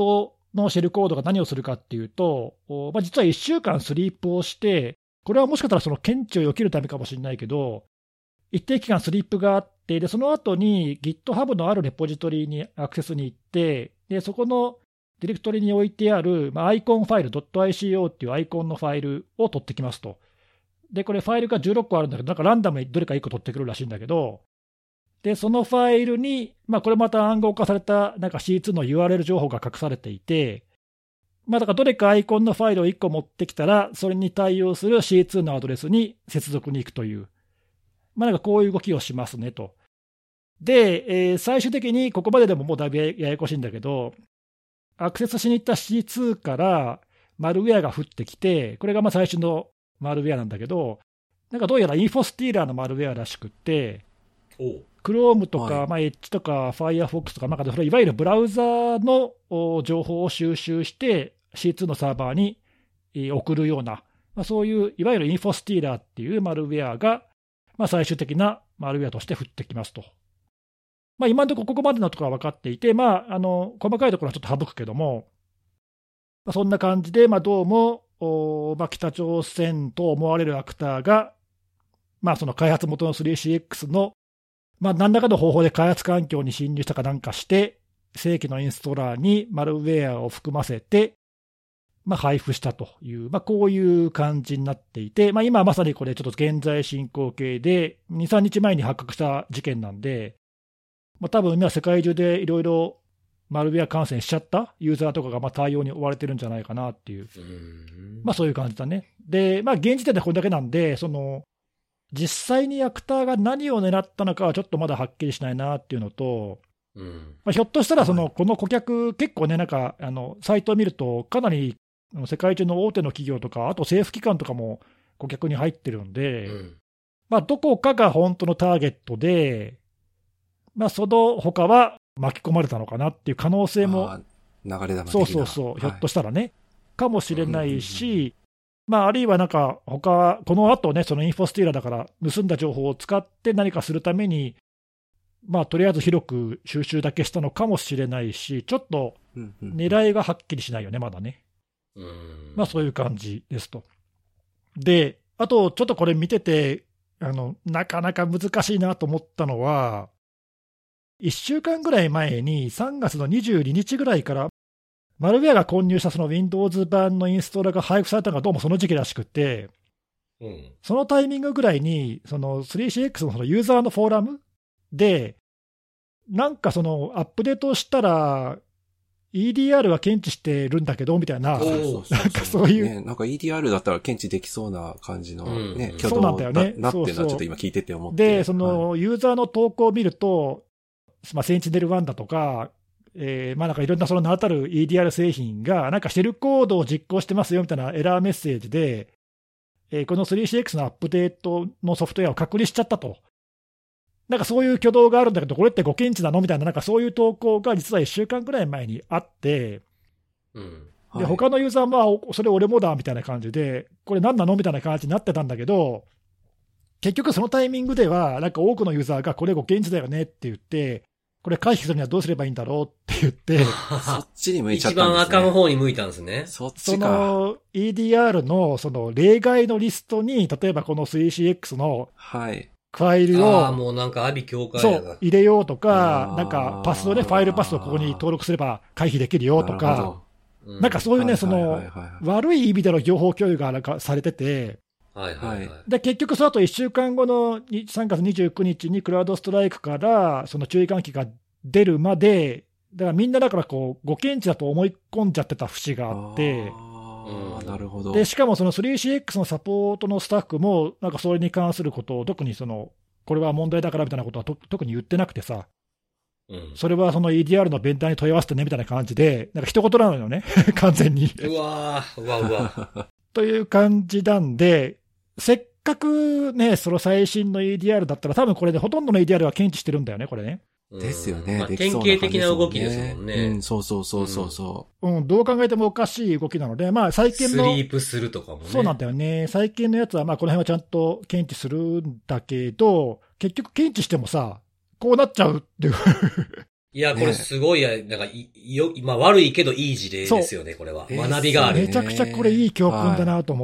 のシェルコードが何をするかっていうと、まあ、実はいっしゅうかんスリープをして、これはもしかしたらその検知を避けるためかもしれないけど、一定期間スリープがあって、でその後に GitHub のあるレポジトリにアクセスに行って、でそこのディレクトリに置いてある、まあ、アイコンファイル .ico っていうアイコンのファイルを取ってきますと。で、これファイルがじゅうろっこあるんだけど、なんかランダムにどれかいっこ取ってくるらしいんだけど、で、そのファイルに、まあこれまた暗号化されたなんか シーツー の ユーアールエル 情報が隠されていて、まあだからどれかアイコンのファイルをいっこ持ってきたら、それに対応する シーツー のアドレスに接続に行くという、まあなんかこういう動きをしますねと。で、えー、最終的にここまででももうだいぶややこしいんだけど、アクセスしに行った シーツー からマルウェアが降ってきて、これがまあ最初のマルウェアなんだけど、なんかどうやらインフォスティーラーのマルウェアらしくって、Chrome とか、 はいまあ、Edge とか Firefox とか、なんかそれいわゆるブラウザーの情報を収集して シーツー のサーバーに送るような、まあ、そういういわゆるインフォスティーラーっていうマルウェアが、まあ、最終的なマルウェアとして降ってきますと。まあ、今のところここまでのところは分かっていて、まあ、あの細かいところはちょっと省くけども、まあ、そんな感じで、まあ、どうも、まあ、北朝鮮と思われるアクターが、まあ、その開発元の スリーシーエックス の、まあ、何らかの方法で開発環境に侵入したかなんかして、正規のインストーラーにマルウェアを含ませて、まあ、配布したという、まあ、こういう感じになっていて、まあ、今まさにこれちょっと現在進行形で、に、さんにちまえに発覚した事件なんで、まあ、多分今世界中でいろいろマルウェア感染しちゃったユーザーとかがまあ対応に追われてるんじゃないかなっていう、まあ、そういう感じだね。で、まあ、現時点でこれだけなんで、その実際にアクターが何を狙ったのかはちょっとまだはっきりしないなっていうのと、うんまあ、ひょっとしたらその、はい、この顧客、結構ね、なんかあのサイトを見ると、かなり世界中の大手の企業とか、あと政府機関とかも顧客に入ってるんで、うんまあ、どこかが本当のターゲットで、まあ、その他は巻き込まれたのかなっていう可能性も、 流れ弾的なそうそうそう、はい、ひょっとしたらね、かもしれないし、まあ、あるいはなんか他、この後ね、そのインフォスティーラーだから、盗んだ情報を使って何かするために、まあ、とりあえず広く収集だけしたのかもしれないし、ちょっと狙いがはっきりしないよね、まだね。うんまあ、そういう感じですと。で、あと、ちょっとこれ見てて、あのなかなか難しいなと思ったのは、いっしゅうかんぐらい前に、さんがつのにじゅうににちぐらいから、マルウェアが混入したその Windows 版のインストーラーが配布されたのがどうもその時期らしくて、うん、そのタイミングぐらいに、その スリーシーエックス のそのユーザーのフォーラムで、なんかそのアップデートしたら、イーディーアール は検知してるんだけどみたいな、なんかそういう、 ね。なんか イーディーアール だったら検知できそうな感じのね、 うん、挙動だなっていうのはちょっと今聞いてて思って。 で、そのユーザーの投稿を見ると、まあ、センチネルワンだとか、えー、まあなんかいろんなその名だたる イーディーアール 製品が、なんかシェルコードを実行してますよみたいなエラーメッセージで、えー、この スリーシーエックス のアップデートのソフトウェアを隔離しちゃったと。なんかそういう挙動があるんだけど、これってご検知なのみたいな、なんかそういう投稿が実はいっしゅうかんくらい前にあって、うんはい、で他のユーザーも、それ俺もだみたいな感じで、これ何なのみたいな感じになってたんだけど、結局そのタイミングでは、なんか多くのユーザーがこれご検知だよねって言って、これ回避するにはどうすればいいんだろうって言って、 そっちに向いちゃったんですね。 一番赤の方に向いたんですね。 そっちか。 その イーディーアール のその例外のリストに、例えばこの スリーシーエックス の、はい。ファイルを、 あもうなんか阿鼻境界そう入れようとか、なんかパスをね、ファイルパスをここに登録すれば回避できるよとか、な, なんかそういうね、その悪い意味での情報共有がなんかされてて、はいはいはい、で結局、その後いっしゅうかんごのさんがつにじゅうくにちにクラウドストライクからその注意喚起が出るまで、だからみんなだからこう、ご検知だと思い込んじゃってた節があって、 あなるほど。 でしかもその スリーシーエックス のサポートのスタッフも、なんかそれに関することを、特にそのこれは問題だからみたいなことはと特に言ってなくてさ、うん、それはその イーディーアール のベンダーに問い合わせてねみたいな感じで、なんか一言なのよね、完全に。 うわー、うわうわ。 という感じなんで、せっかくね、その最新の イーディーアール だったら、多分これで、ね、ほとんどの イーディーアール は検知してるんだよね、これね。 ですよね。 まあ、典型的な動きですもんね。 うん、そうそうそうそうそう、 うん。うん、どう考えてもおかしい動きなので、まあ最近の。 スリープするとかもね。 そうなんだよね。最近のやつは、まあこの辺はちゃんと検知するんだけど、結局検知してもさ、こうなっちゃうっていう。 いや、これすごい、なんか、い、よ、まあ悪いけどいい事例ですよね、これは。学びがある。 めちゃくちゃこれいい教訓だなと思って、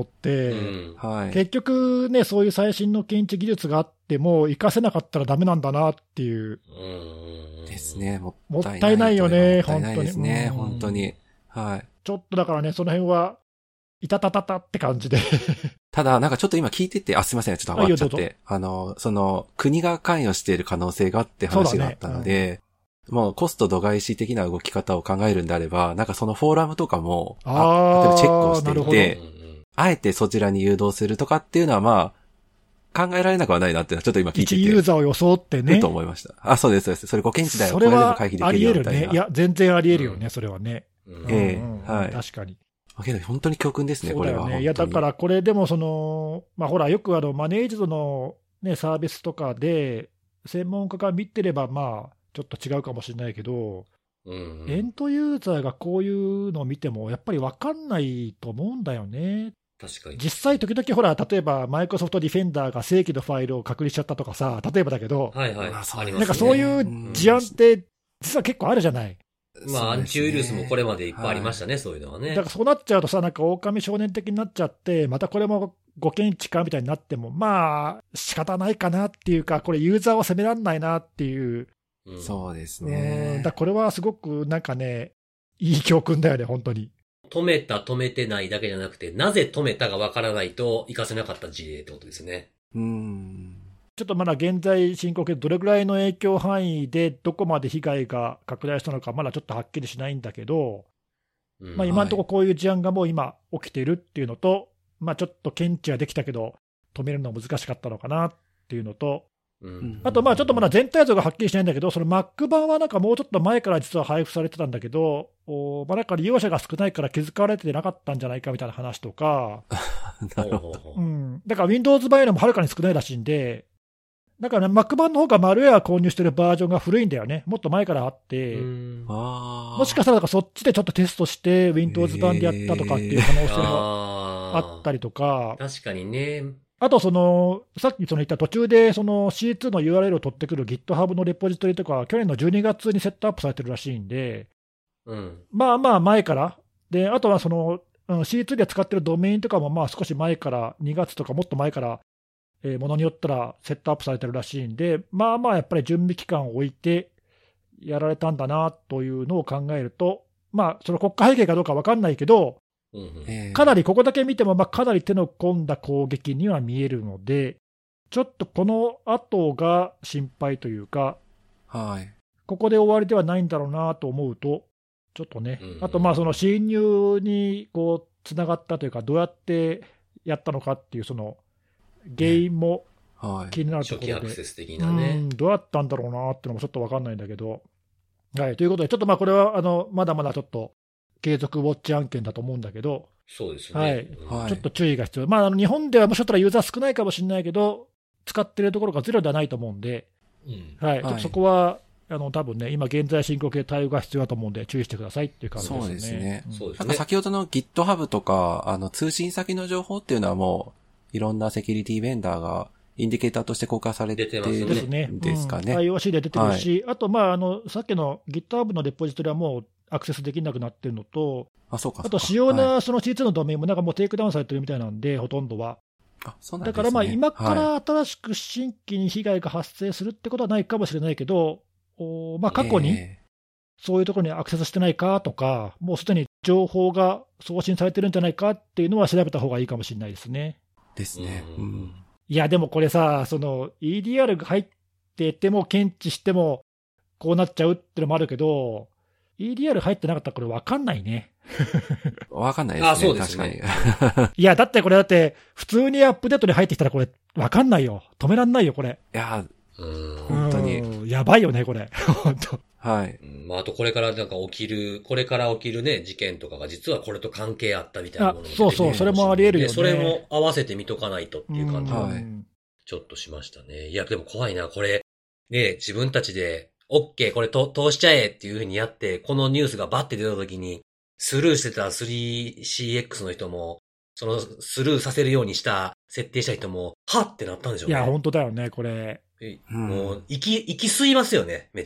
はい、結局ね、そういう最新の検知技術があっても、活かせなかったらダメなんだなっていう。 うんですね。もったいないよね、 本当に。ですね、本当に。はい。 ちょっとだからね、その辺は、いたたたたって感じで。 ただ、なんかちょっと今聞いてて、あ、すいません、ちょっと上がっちゃって。あ, あの、その、国が関与している可能性がって話があったので、もうコスト度外視的な動き方を考えるんであれば、なんかそのフォーラムとかも、あ例えばチェックをしていて、あえてそちらに誘導するとかっていうのはまあ、考えられなくはないなっていうのはちょっと今聞いてて。 一ユーザーを装ってね。 と思いました。あ、そうです、そうです。それご検知台を超えれば回避できるよみたいな。 あり得るね。いや、全然あり得るよね、うん、それはね。 ええ、はい。 確かに。 けど本当に教訓ですね、これは。 いや、だからこれでもその、まあほら、よくあの、マネージドのね、サービスとかで、専門家が見てればまあ、ちょっと違うかもしれないけど、うんうん、エンドユーザーがこういうのを見ても、やっぱり分かんないと思うんだよね。 確かに。 実際、時々ほら、例えば、マイクロソフトディフェンダーが正規のファイルを隔離しちゃったとかさ、例えばだけど、 はいはい、 なんかそういう事案って、実は結構あるじゃない。 まあ、アンチウイルスもこれまでいっぱいありましたね、はい、そういうのはね。 だからそうなっちゃうとさ、なんか狼少年的になっちゃって、またこれもご検知かみたいになっても、まあ、仕方ないかなっていうか、これ、ユーザーは責めらんないなっていう。 うん、そうですね。 うんだこれはすごくなんかね、いい教訓だよね、本当に。 止めた、止めてないだけじゃなくて、なぜ止めたがわからないと活かせなかった事例ってことですね。 うんちょっとまだ現在進行形でどれぐらいの影響範囲でどこまで被害が拡大したのかまだちょっとはっきりしないんだけど、うんまあ、今のところこういう事案がもう今起きているっていうのと、はいまあ、ちょっと検知はできたけど止めるの難しかったのかなっていうのと、うん、あとまあちょっとまだ全体像がはっきりしないんだけど、その Mac 版はなんかもうちょっと前から実は配布されてたんだけど、おまあ、なんか利用者が少ないから気づかれてなかったんじゃないかみたいな話とか、 なるほど、 うん、だから Windows 版よりもはるかに少ないらしいんで、だからね、Mac 版の方がマルウェア購入してるバージョンが古いんだよね。もっと前からあって、もしかしたらそっちでちょっとテストして Windows 版でやったとかっていう可能性があったりとか。 確かにね。 あとその、さっきその言った途中でその シーツー の ユーアールエル を取ってくる GitHub のレポジトリとか、去年のじゅうにがつにセットアップされてるらしいんで、うん、まあまあ前から。で、あとはその シーツー で使ってるドメインとかもまあ少し前から、にがつとかもっと前から、えー、ものによったらセットアップされてるらしいんで、まあまあやっぱり準備期間を置いてやられたんだなというのを考えると、まあその国家背景かどうか分かんないけど、うんうん、かなりここだけ見ても、まあ、かなり手の込んだ攻撃には見えるので、ちょっとこの後が心配というか、 はい、 ここで終わりではないんだろうなと思うと、ちょっとね、うんうん、あとまあその侵入にこうつながったというか、どうやってやったのかっていう、その原因も気になるところで、 初期アクセス的なね、 うん、どうやったんだろうなっていうのもちょっと分かんないんだけど、はい、ということで、ちょっとまあこれはあのまだまだちょっと継続ウォッチ案件だと思うんだけど、 そうですね、 はいはい、ちょっと注意が必要、まあ、あの日本ではもしかしたらユーザー少ないかもしれないけど、使ってるところがゼロではないと思うんで、うんはい、ちょっとそこはあの多分ね、今現在進行形で対応が必要だと思うんで、注意してくださいっていう感じですね。 そうですね。 うん、 そうですね。なんか先ほどの GitHub とか、あの通信先の情報っていうのはもう、いろんなセキュリティベンダーが、インディケーターとして公開されてるんですかね。 アイオーシー で出てるし、はい、あと、まあ、あの、さっきの GitHub のレポジトリはもうアクセスできなくなってるのと、 あ、そうか。 あと、主要なその シーツー のドメインもなんかもうテイクダウンされてるみたいなんで、ほとんどは。 あ、そうなんですね。 だからまあ、今から新しく新規に被害が発生するってことはないかもしれないけど、おまあ、過去にそういうところにアクセスしてないかとか、もうすでに情報が送信されてるんじゃないかっていうのは調べた方がいいかもしれないですね。 ですね。うん、 いや、でもこれさ、その イーディーアール が入ってても検知してもこうなっちゃうってのもあるけど、イーディーアール 入ってなかったらこれ分かんないね。 分かんないですね。 あ、そうですね。 確かに。いや、だってこれだって、普通にアップデートで入ってきたらこれ分かんないよ。止めらんないよ、これ。 いや、 うん本当に。 やばいよね、これ。本当。 はい。 まあ、あとこれからなんか起きる、これから起きるね、事件とかが実はこれと関係あったみたいなものも出てくる、 そうそう、それもあり得るよね。 それも合わせて見とかないとっていう感じが、 うんちょっとしましたね。いや、でも怖いな、これ。ね、自分たちで、OK、これと通しちゃえっていう風にやって、このニュースがバッて出た時に、スルーしてた スリーシーエックス の人も、そのスルーさせるようにした、設定した人も、はってなったんでしょうね。 いや、本当だよね、これ。 もう、行き、行き吸いますよね、めっちゃ。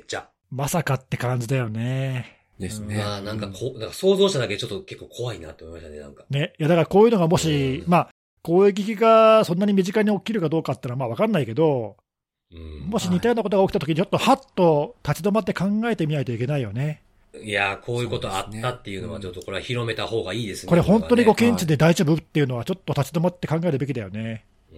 まさかって感じだよね。 ですね。 まあなんかこう、なんか想像しただけでちょっと結構怖いなって思いましたね、なんか。 ね。いやだからこういうのがもし、 うん、 まあ、攻撃がそんなに身近に起きるかどうかってのはまあ分かんないけど、うん、もし似たようなことが起きたときにちょっとはっと立ち止まって考えてみないといけないよね。 いやー、こういうことあったっていうのはちょっとこれは広めた方がいいですね。 これ本当にご検知で大丈夫っていうのはちょっと立ち止まって考えるべきだよね。 うん。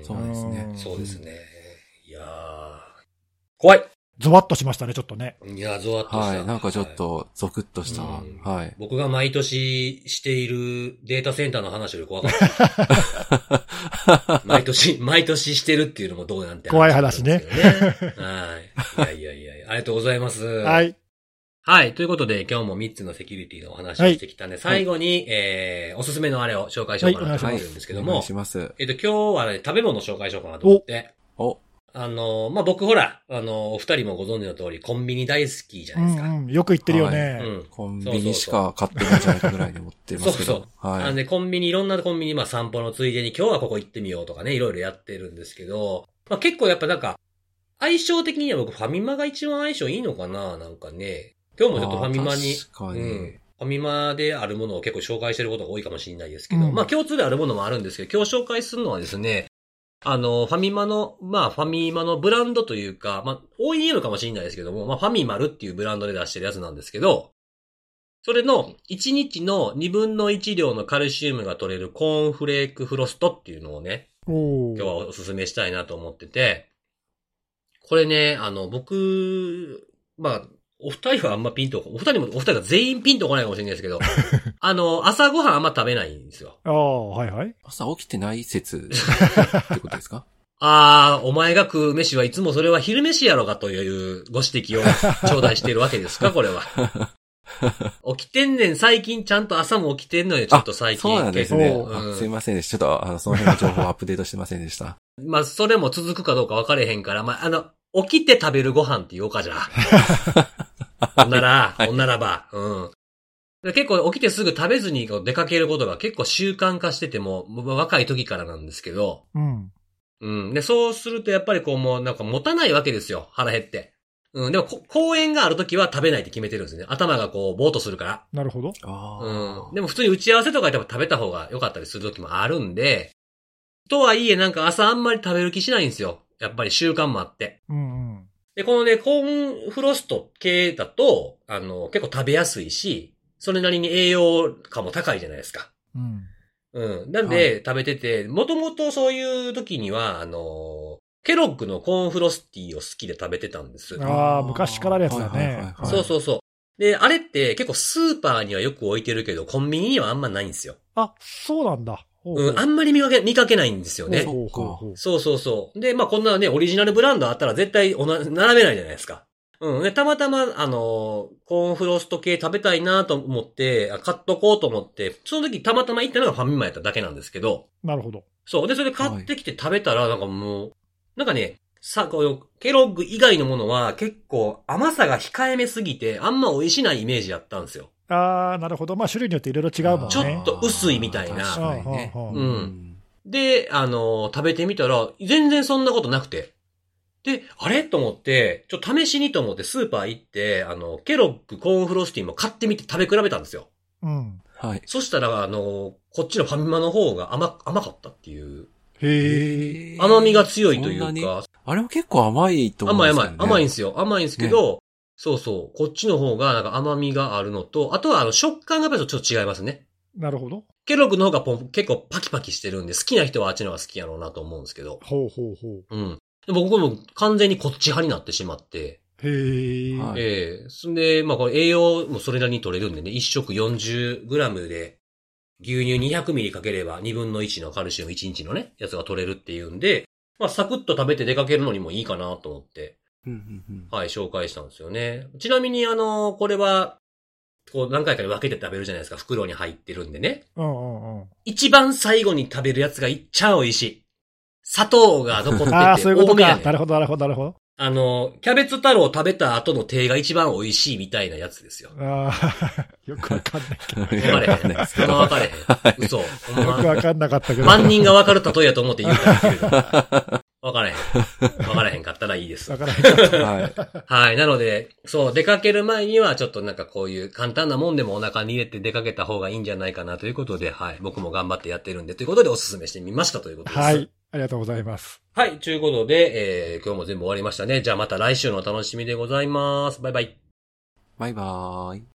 そうですね。 そうですね。いやー、怖い。 ゾワッとしましたね、ちょっとね。 いや、ゾワッとした。 はい、なんかちょっとゾクッとした。はい。はい、 僕が毎年しているデータセンターの話より怖かった。毎年、毎年してるっていうのもどうなんて、 ね。怖い話ね。 はい。いやいやいや、ありがとうございます。 はい。 はい。ということで、今日もみっつのセキュリティのお話をしてきたんで、はい、最後に、えー、おすすめのあれを紹介しようかなと思ってるんですけども。 お願いします。 えっと、今日はね、食べ物を紹介しようかなと思って。 お。おあの、まあ、僕ほら、あの、お二人もご存知の通り、コンビニ大好きじゃないですか。 うんうん、よく言ってるよね、はいうん。コンビニしか買ってないんじゃないかぐらいに思ってますけど。そうそう。 はい。なんで、コンビニ、いろんなコンビニ、まあ、散歩のついでに今日はここ行ってみようとかね、いろいろやってるんですけど、まあ、結構やっぱなんか、相性的には僕ファミマが一番相性いいのかななんかね。今日もちょっとファミマに、 確かに、うん。 ファミマであるものを結構紹介してることが多いかもしれないですけど、うん、まあ、共通であるものもあるんですけど、今日紹介するのはですね、あの、ファミマの、まあ、ファミマのブランドというか、まあ、オーイーエム かもしれないですけども、まあ、ファミマルっていうブランドで出してるやつなんですけど、それのいちにちのにぶんのいち量のカルシウムが取れるコーンフレークフロストっていうのをね、今日はおすすめしたいなと思ってて、これね、あの、僕、まあ、お二人はあんまピンと、お二人も、お二人が全員ピンとこないかもしれないですけど、あの、朝ごはんあんま食べないんですよ。 ああ、はいはい。 朝起きてない説ってことですか？ ああ、お前が食う飯はいつもそれは昼飯やろかというご指摘を頂戴しているわけですか、これは。起きてんねん、最近ちゃんと朝も起きてんのよ、ちょっと最近。 そうなんですね。うん、すいませんでした。ちょっと、あの、その辺の情報をアップデートしてませんでした。 まあ、それも続くかどうか分かれへんから、まあ、あの、起きて食べるご飯って言おうかじゃあ。ほんなら、ほんならば、うん。結構起きてすぐ食べずに出かけることが結構習慣化してても、若い時からなんですけど、 うん。 うん。で、そうするとやっぱりこうもうなんか持たないわけですよ、腹減って。うん。でも、公園がある時は食べないって決めてるんですね。頭がこう、ぼーっとするから。 なるほど。 うん。でも普通に打ち合わせとかでも食べた方が良かったりする時もあるんで、とはいえなんか朝あんまり食べる気しないんですよ。やっぱり習慣もあって。 うんうん。 で、このね、コーンフロスト系だと、あの、結構食べやすいし、それなりに栄養価も高いじゃないですか。 うん。 うん。なんで、食べてて、もともとそういう時には、あの、ケロッグのコーンフロスティーを好きで食べてたんです。 ああ、昔からあるやつだね。 そうそうそう。で、あれって結構スーパーにはよく置いてるけど、コンビニにはあんまないんですよ。 あ、そうなんだ。 ほうほううん、あんまり見かけ、見かけないんですよね。 ほうほうほうそうそうそう。で、まあこんなね、オリジナルブランドあったら絶対おな並べないじゃないですか。うん。で、たまたま、あの、コーンフロスト系食べたいなと思って、買っとこうと思って、その時たまたま行ったのがファミマやっただけなんですけど。 なるほど。 そう。で、それで買ってきて食べたら、なんかもう、なんかね、さ、こう、ケロッグ以外のものは結構甘さが控えめすぎて、あんま美味しないイメージやったんですよ。 ああ、なるほど。まあ種類によっていろいろ違うもんね。 ちょっと薄いみたいな。 確かにね。 うん。で、あの、食べてみたら、全然そんなことなくて。で、あれと思って、ちょっと試しにと思ってスーパー行って、あの、ケロッグコーンフロスティーも買ってみて食べ比べたんですよ。 うん。 はい。 そしたら、あの、こっちのファミマの方が甘、甘かったっていう。 へー。甘みが強いというか。 あれも結構甘いと思うんですよね。 甘い甘い。甘いんですよ。甘いんですけど、ね、そうそう。こっちの方がなんか甘みがあるのと、あとはあの食感がやっぱりちょっと違いますね。 なるほど。 ケロッグの方がポン結構パキパキしてるんで、好きな人はあっちの方が好きやろうなと思うんですけど。 ほうほうほう。うん。で僕も完全にこっち派になってしまって。 へー。 はい、ええー。そんで、まあこれ栄養もそれなりに取れるんでね、いち食 よんじゅうグラム で、牛乳 にひゃくミリ かければにぶんのいちのカルシウムいちにちのね、やつが取れるっていうんで、まあサクッと食べて出かけるのにもいいかなと思って、 うんうんうん、 はい、紹介したんですよね。ちなみにあの、これは、こう何回かに分けて食べるじゃないですか。袋に入ってるんでね。 うんうんうん。 一番最後に食べるやつがいっちゃ美味しい。砂糖が残ってて、 ああ、そういうことか。 ね、 なるほど、なるほど、なるほど。 あの、キャベツ太郎食べた後の手が一番美味しいみたいなやつですよ。 ああ、よくわかんないけど。わかれへん。そんなわかれへん。嘘。 よくわかんなかったけど。 万人がわかる例えやと思って言うたけど。 わからへん。わからへんかったらいいです。 わからへんかった。 はい。 はい。なので、そう、出かける前にはちょっとなんかこういう簡単なもんでもお腹に入れて出かけた方がいいんじゃないかなということで、はい。僕も頑張ってやってるんで、ということでお勧めしてみましたということです。 はい。ありがとうございます。 はい。ということで、えー、今日も全部終わりましたね。じゃあまた来週のお楽しみでございます。バイバイ。 バイバーイ。